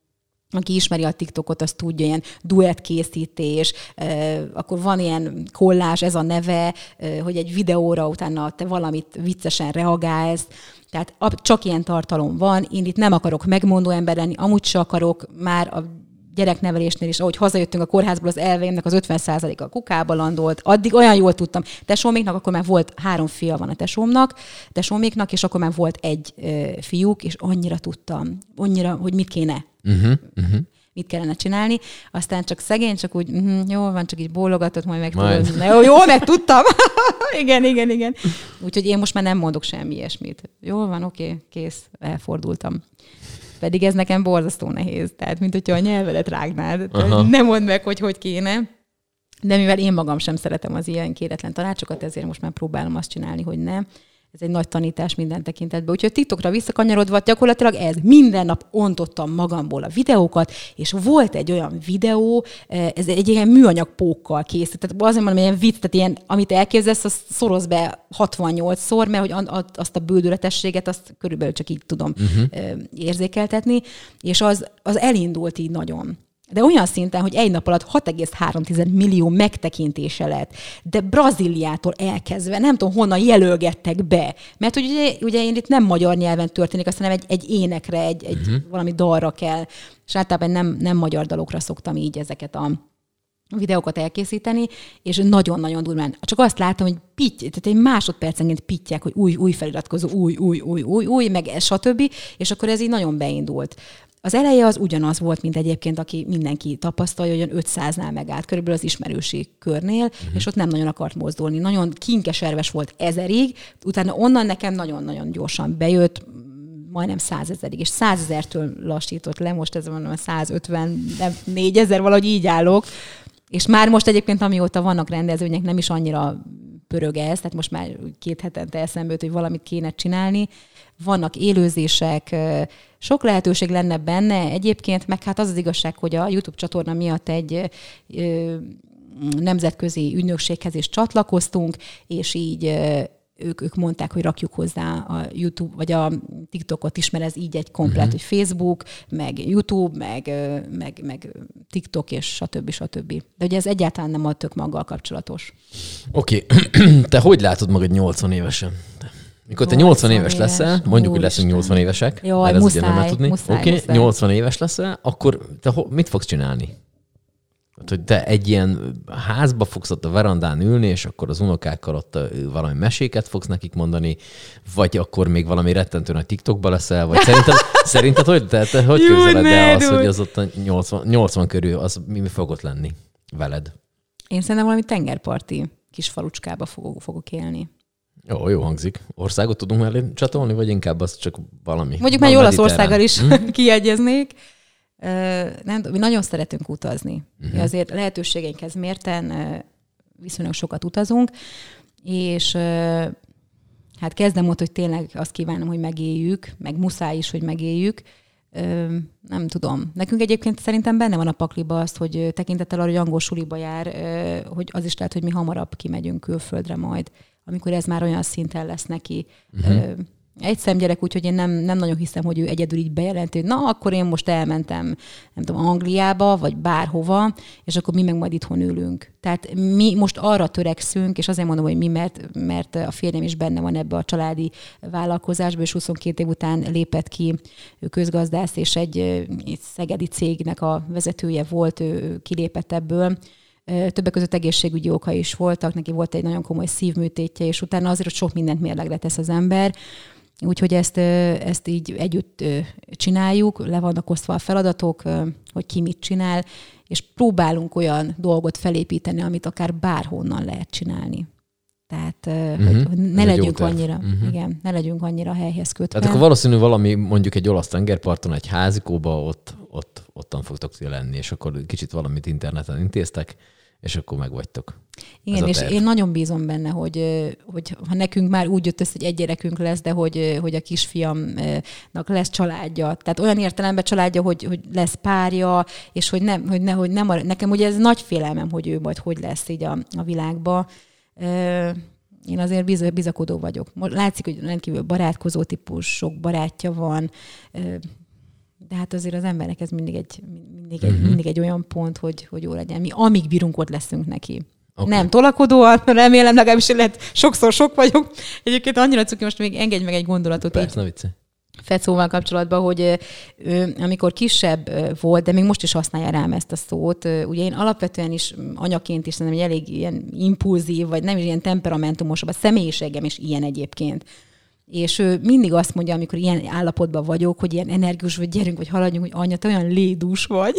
aki ismeri a TikTokot, az tudja, ilyen duettkészítés, akkor van ilyen kollázs, ez a neve, hogy egy videóra utána te valamit viccesen reagálsz, tehát csak ilyen tartalom van. Én itt nem akarok megmondó ember lenni, amúgy se akarok, már a gyereknevelésnél is, ahogy hazajöttünk a kórházból, az elveimnek az ötven százaléka a kukába landolt. Addig olyan jól tudtam. Tesóméknak akkor már volt három fia van a tesómnak, tesóméknak, és akkor már volt egy ö, fiúk, és annyira tudtam, annyira, hogy mit kéne. Uh-huh, uh-huh. Mit kellene csinálni. Aztán csak szegény, csak úgy, uh-huh, jó van, csak így bólogatott, majd meg tudod. Jó, jó, meg tudtam. igen, igen, igen. Úgyhogy én most már nem mondok semmi ilyesmit. Jól van, oké, okay, kész, elfordultam. Pedig ez nekem borzasztó nehéz. Tehát, mint hogyha a nyelvedet rágnád. Nem mondd meg, hogy hogy kéne. De mivel én magam sem szeretem az ilyen kéretlen tanácsokat, ezért most már próbálom azt csinálni, hogy ne. Ez egy nagy tanítás minden tekintetben. Úgyhogy TikTokra visszakanyarodva, gyakorlatilag ez. Minden nap ontottam magamból a videókat, és volt egy olyan videó, ez egy ilyen műanyag pókkal készült. Tehát azért mondom, ilyen vicc, tehát ilyen, amit elképzelsz, azt szoroz be hatvannyolcszor, mert hogy azt a bődületességet, azt körülbelül csak így tudom uh-huh. érzékeltetni, és az, az elindult így nagyon. De olyan szinten, hogy egy nap alatt hat egész három millió megtekintése lett, de Brazíliától elkezdve, nem tudom, honnan jelölgettek be. Mert ugye, ugye én itt nem magyar nyelven történik, azt hanem egy, egy énekre, egy, egy uh-huh. valami dalra kell. És általában nem, nem magyar dalokra szoktam így ezeket a videókat elkészíteni, és nagyon-nagyon durván. Csak azt látom, hogy pitty, tehát egy másodpercenként pittyek, hogy új, új feliratkozó, új, új, új, új, új, meg stb. És akkor ez így nagyon beindult. Az eleje az ugyanaz volt, mint egyébként, aki mindenki tapasztalja, hogy olyan ötszáznál megállt, körülbelül az ismerősi körnél, uh-huh. és ott nem nagyon akart mozdulni. Nagyon kinkeserves volt ezerig, utána onnan nekem nagyon-nagyon gyorsan bejött, majdnem százezerig, és százezertől lassított le, most ez mondom, százötvennégy ezer, valahogy így állok, és már most egyébként, amióta vannak rendezvények, nem is annyira pörög ez, tehát most már két hetente eszembe jut, hogy valamit kéne csinálni. Vannak élőzések, sok lehetőség lenne benne egyébként, meg hát az az igazság, hogy a YouTube csatorna miatt egy ö, nemzetközi ügynökséghez is csatlakoztunk, és így ö, ők, ők mondták, hogy rakjuk hozzá a YouTube, vagy a TikTokot is, mert ez így egy komplet, uh-huh. hogy Facebook, meg YouTube, meg, meg, meg TikTok, és stb. stb. De ugye ez egyáltalán nem a tök maggal kapcsolatos. Oké. Okay. Te hogy látod magad nyolcvan évesen? Mikor te nyolcvan éves leszel, mondjuk, hogy leszünk nyolcvan évesek, Jaj, mert muszáj, ez ugye nem tudni. muszáj, Oké, muszáj. nyolcvan éves leszel, akkor te ho- mit fogsz csinálni? Hát, hogy te egy ilyen házba fogsz ott a verandán ülni, és akkor az unokákkal ott valami meséket fogsz nekik mondani, vagy akkor még valami rettentő nagy TikTokba leszel, vagy szerinted, szerinted hogy, te, te hogy képzeled el az, hogy az ott a nyolcvan, nyolcvan körül, az mi, mi fog ott lenni veled? Én szerintem valami tengerparti kis falucskába fogok, fogok élni. Jó, jó hangzik. Országot tudunk mellé csatolni, vagy inkább az csak valami? Mondjuk már Olaszországgal is hmm? kiegyeznék. Nem, mi nagyon szeretünk utazni. Uh-huh. Mi azért lehetőségeinkhez mérten viszonylag sokat utazunk, és hát kezdem ott, hogy tényleg azt kívánom, hogy megéljük, meg muszáj is, hogy megéljük. Nem tudom. Nekünk egyébként szerintem benne van a pakliba azt, hogy tekintettel arra, hogy angol suliba jár, hogy az is lehet, hogy mi hamarabb kimegyünk külföldre majd, amikor ez már olyan szinten lesz neki. Uh-huh. Egy szemgyerek, úgyhogy én nem, nem nagyon hiszem, hogy ő egyedül így bejelenti, hogy na, akkor én most elmentem, nem tudom, Angliába, vagy bárhova, és akkor mi meg majd itthon ülünk. Tehát mi most arra törekszünk, és azért mondom, hogy mi, mert, mert a férjem is benne van ebbe a családi vállalkozásba, és huszonkét év után lépett ki, ő közgazdász, és egy, egy szegedi cégnek a vezetője volt, ő kilépett ebből. Többek között egészségügyi oka is voltak, neki volt egy nagyon komoly szívműtétje, és utána azért, hogy sok mindent mérlegre tesz az ember. Úgyhogy ezt, ezt így együtt csináljuk, le vannak osztva a feladatok, hogy ki mit csinál, és próbálunk olyan dolgot felépíteni, amit akár bárhonnan lehet csinálni. Tehát, uh-huh. hogy ne legyünk annyira, uh-huh. igen, ne legyünk annyira helyhez kötve. Tehát akkor valószínű valami, mondjuk egy olasz tengerparton, egy házikóba, ott, ott, ottan fogtok lenni, és akkor kicsit valamit interneten intéztek, és akkor megvagytok. Igen, és én nagyon bízom benne, hogy, hogy ha nekünk már úgy jött össze, hogy egy gyerekünk lesz, de hogy, hogy a kisfiamnak lesz családja. Tehát olyan értelemben családja, hogy, hogy lesz párja, és hogy nem, hogy ne, hogy nem, nekem ugye ez nagy félelmem, hogy ő majd hogy lesz így a, a világba. Én azért biz, bizakodó vagyok. Látszik, hogy rendkívül barátkozó típus, sok barátja van, de hát azért az embernek ez mindig egy, mindig egy, mindig egy olyan pont, hogy, hogy jó legyen. Mi amíg bírunk, ott leszünk neki. Okay. Nem tolakodóan, remélem, legalábbis lehet, sokszor sok vagyok. Egyébként annyira cuki, most még engedj meg egy gondolatot. Persze, így Fecóval kapcsolatban, hogy ő, amikor kisebb volt, de még most is használja rám ezt a szót, ugye én alapvetően is anyaként is szerintem egy elég ilyen impulzív, vagy nem is ilyen temperamentumosabb, a személyiségem is ilyen egyébként. És ő mindig azt mondja, amikor ilyen állapotban vagyok, hogy ilyen energikus vagy, gyerünk, vagy haladjunk, hogy anya, te olyan lédús vagy.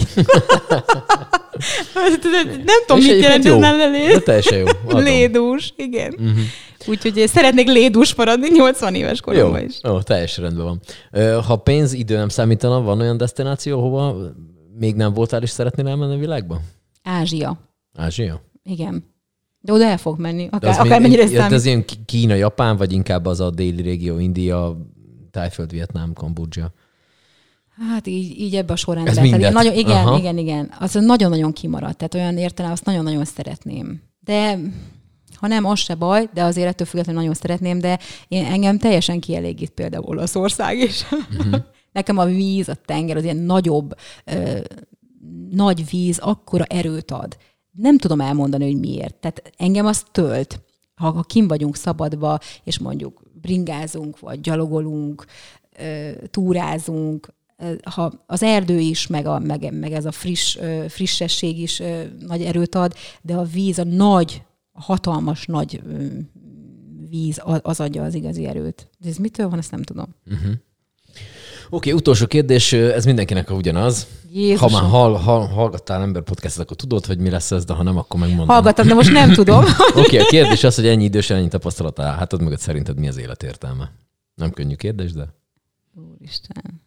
Nem tudom, mit jelent ez nem léd. Teljesen jó. Adom. Lédús, igen. Uh-huh. Úgyhogy szeretnék lédús maradni nyolcvan éves koromban is. Jó, teljesen rendben van. Ha pénz, idő nem számítana, van olyan destináció, hova még nem voltál és szeretnél elmenni a világba? Ázsia. Ázsia? Igen. De oda el fog menni, akár, akármennyire számít. De ez ilyen Kína, Japán, vagy inkább az a déli régió, India, Tájföld, Vietnám, Kambodzsa? Hát így, így ebbe a sorrendben. Ez mindet. Nagyon, igen, Aha. igen, igen. Az nagyon-nagyon kimaradt. Tehát olyan értelem, azt nagyon-nagyon szeretném. De ha nem, az se baj, de azért ettől függetlenül nagyon szeretném, de én, engem teljesen kielégít például Olaszország is. Uh-huh. Nekem a víz, a tenger, az ilyen nagyobb, ö, nagy víz akkora erőt ad. Nem tudom elmondani, hogy miért. Tehát engem az tölt, ha, ha kim vagyunk szabadba, és mondjuk bringázunk, vagy gyalogolunk, túrázunk, ha az erdő is, meg, a, meg, meg ez a friss, frissesség is nagy erőt ad, de a víz, a nagy, a hatalmas nagy víz, az adja az igazi erőt. De ez mitől van, ezt nem tudom. Uh-huh. Oké, okay, utolsó kérdés, ez mindenkinek ugyanaz. Jézusom. Ha már hall, hall, hallgattál Ember Podcastet, akkor tudod, hogy mi lesz ez, de ha nem, akkor megmondom. Hallgattam, de most nem tudom. Oké, okay, a kérdés az, hogy ennyi idősen, ennyi tapasztalat áll hátad mögött, szerinted mi az élet értelme? Nem könnyű kérdés, de... Úristen.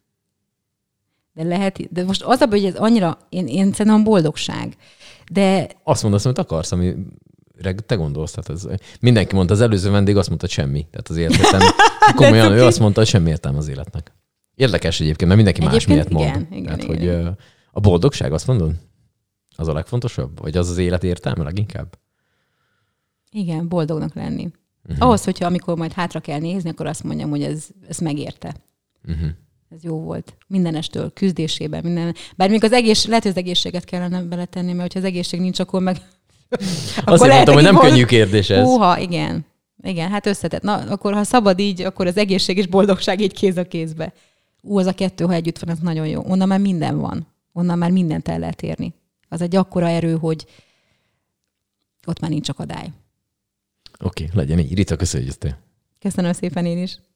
De lehet, de most az a baj, hogy ez annyira, én, én szerintem a boldogság. De... Azt mondasz, amit akarsz, ami te gondolsz. Tehát ez, mindenki mondta, az előző vendég azt mondta, hogy semmi. Tehát az életem komolyan, ő azt mondta, hogy semmi értelme az életnek. Érdekes egyébként, mert mindenki más miért mond. Igen, igen, Tehát, igen, hogy igen. A boldogság, azt mondod? Az a legfontosabb? Vagy az az élet értelme leginkább? Igen, boldognak lenni. Uh-huh. Ahhoz, hogyha amikor majd hátra kell nézni, akkor azt mondjam, hogy ez, ez megérte. Uh-huh. Ez jó volt. Mindenestől, küzdésében, minden. Bár még az egész, lehet, hogy az egészséget kellene beletenni, mert hogyha az egészség nincs, akkor meg... akkor Azért mondtam, hogy nem mond... könnyű kérdés ez. Húha, igen. Igen, hát összetett. Na, akkor ha szabad így, akkor az egészség és boldogság így kéz a kézbe. Ú, az a kettő, ha együtt van, az nagyon jó. Onnan már minden van. Onnan már mindent el lehet érni. Az egy akkora erő, hogy ott már nincs akadály. Oké, okay, legyen így. Rita, köszönjük. Köszönöm szépen én is.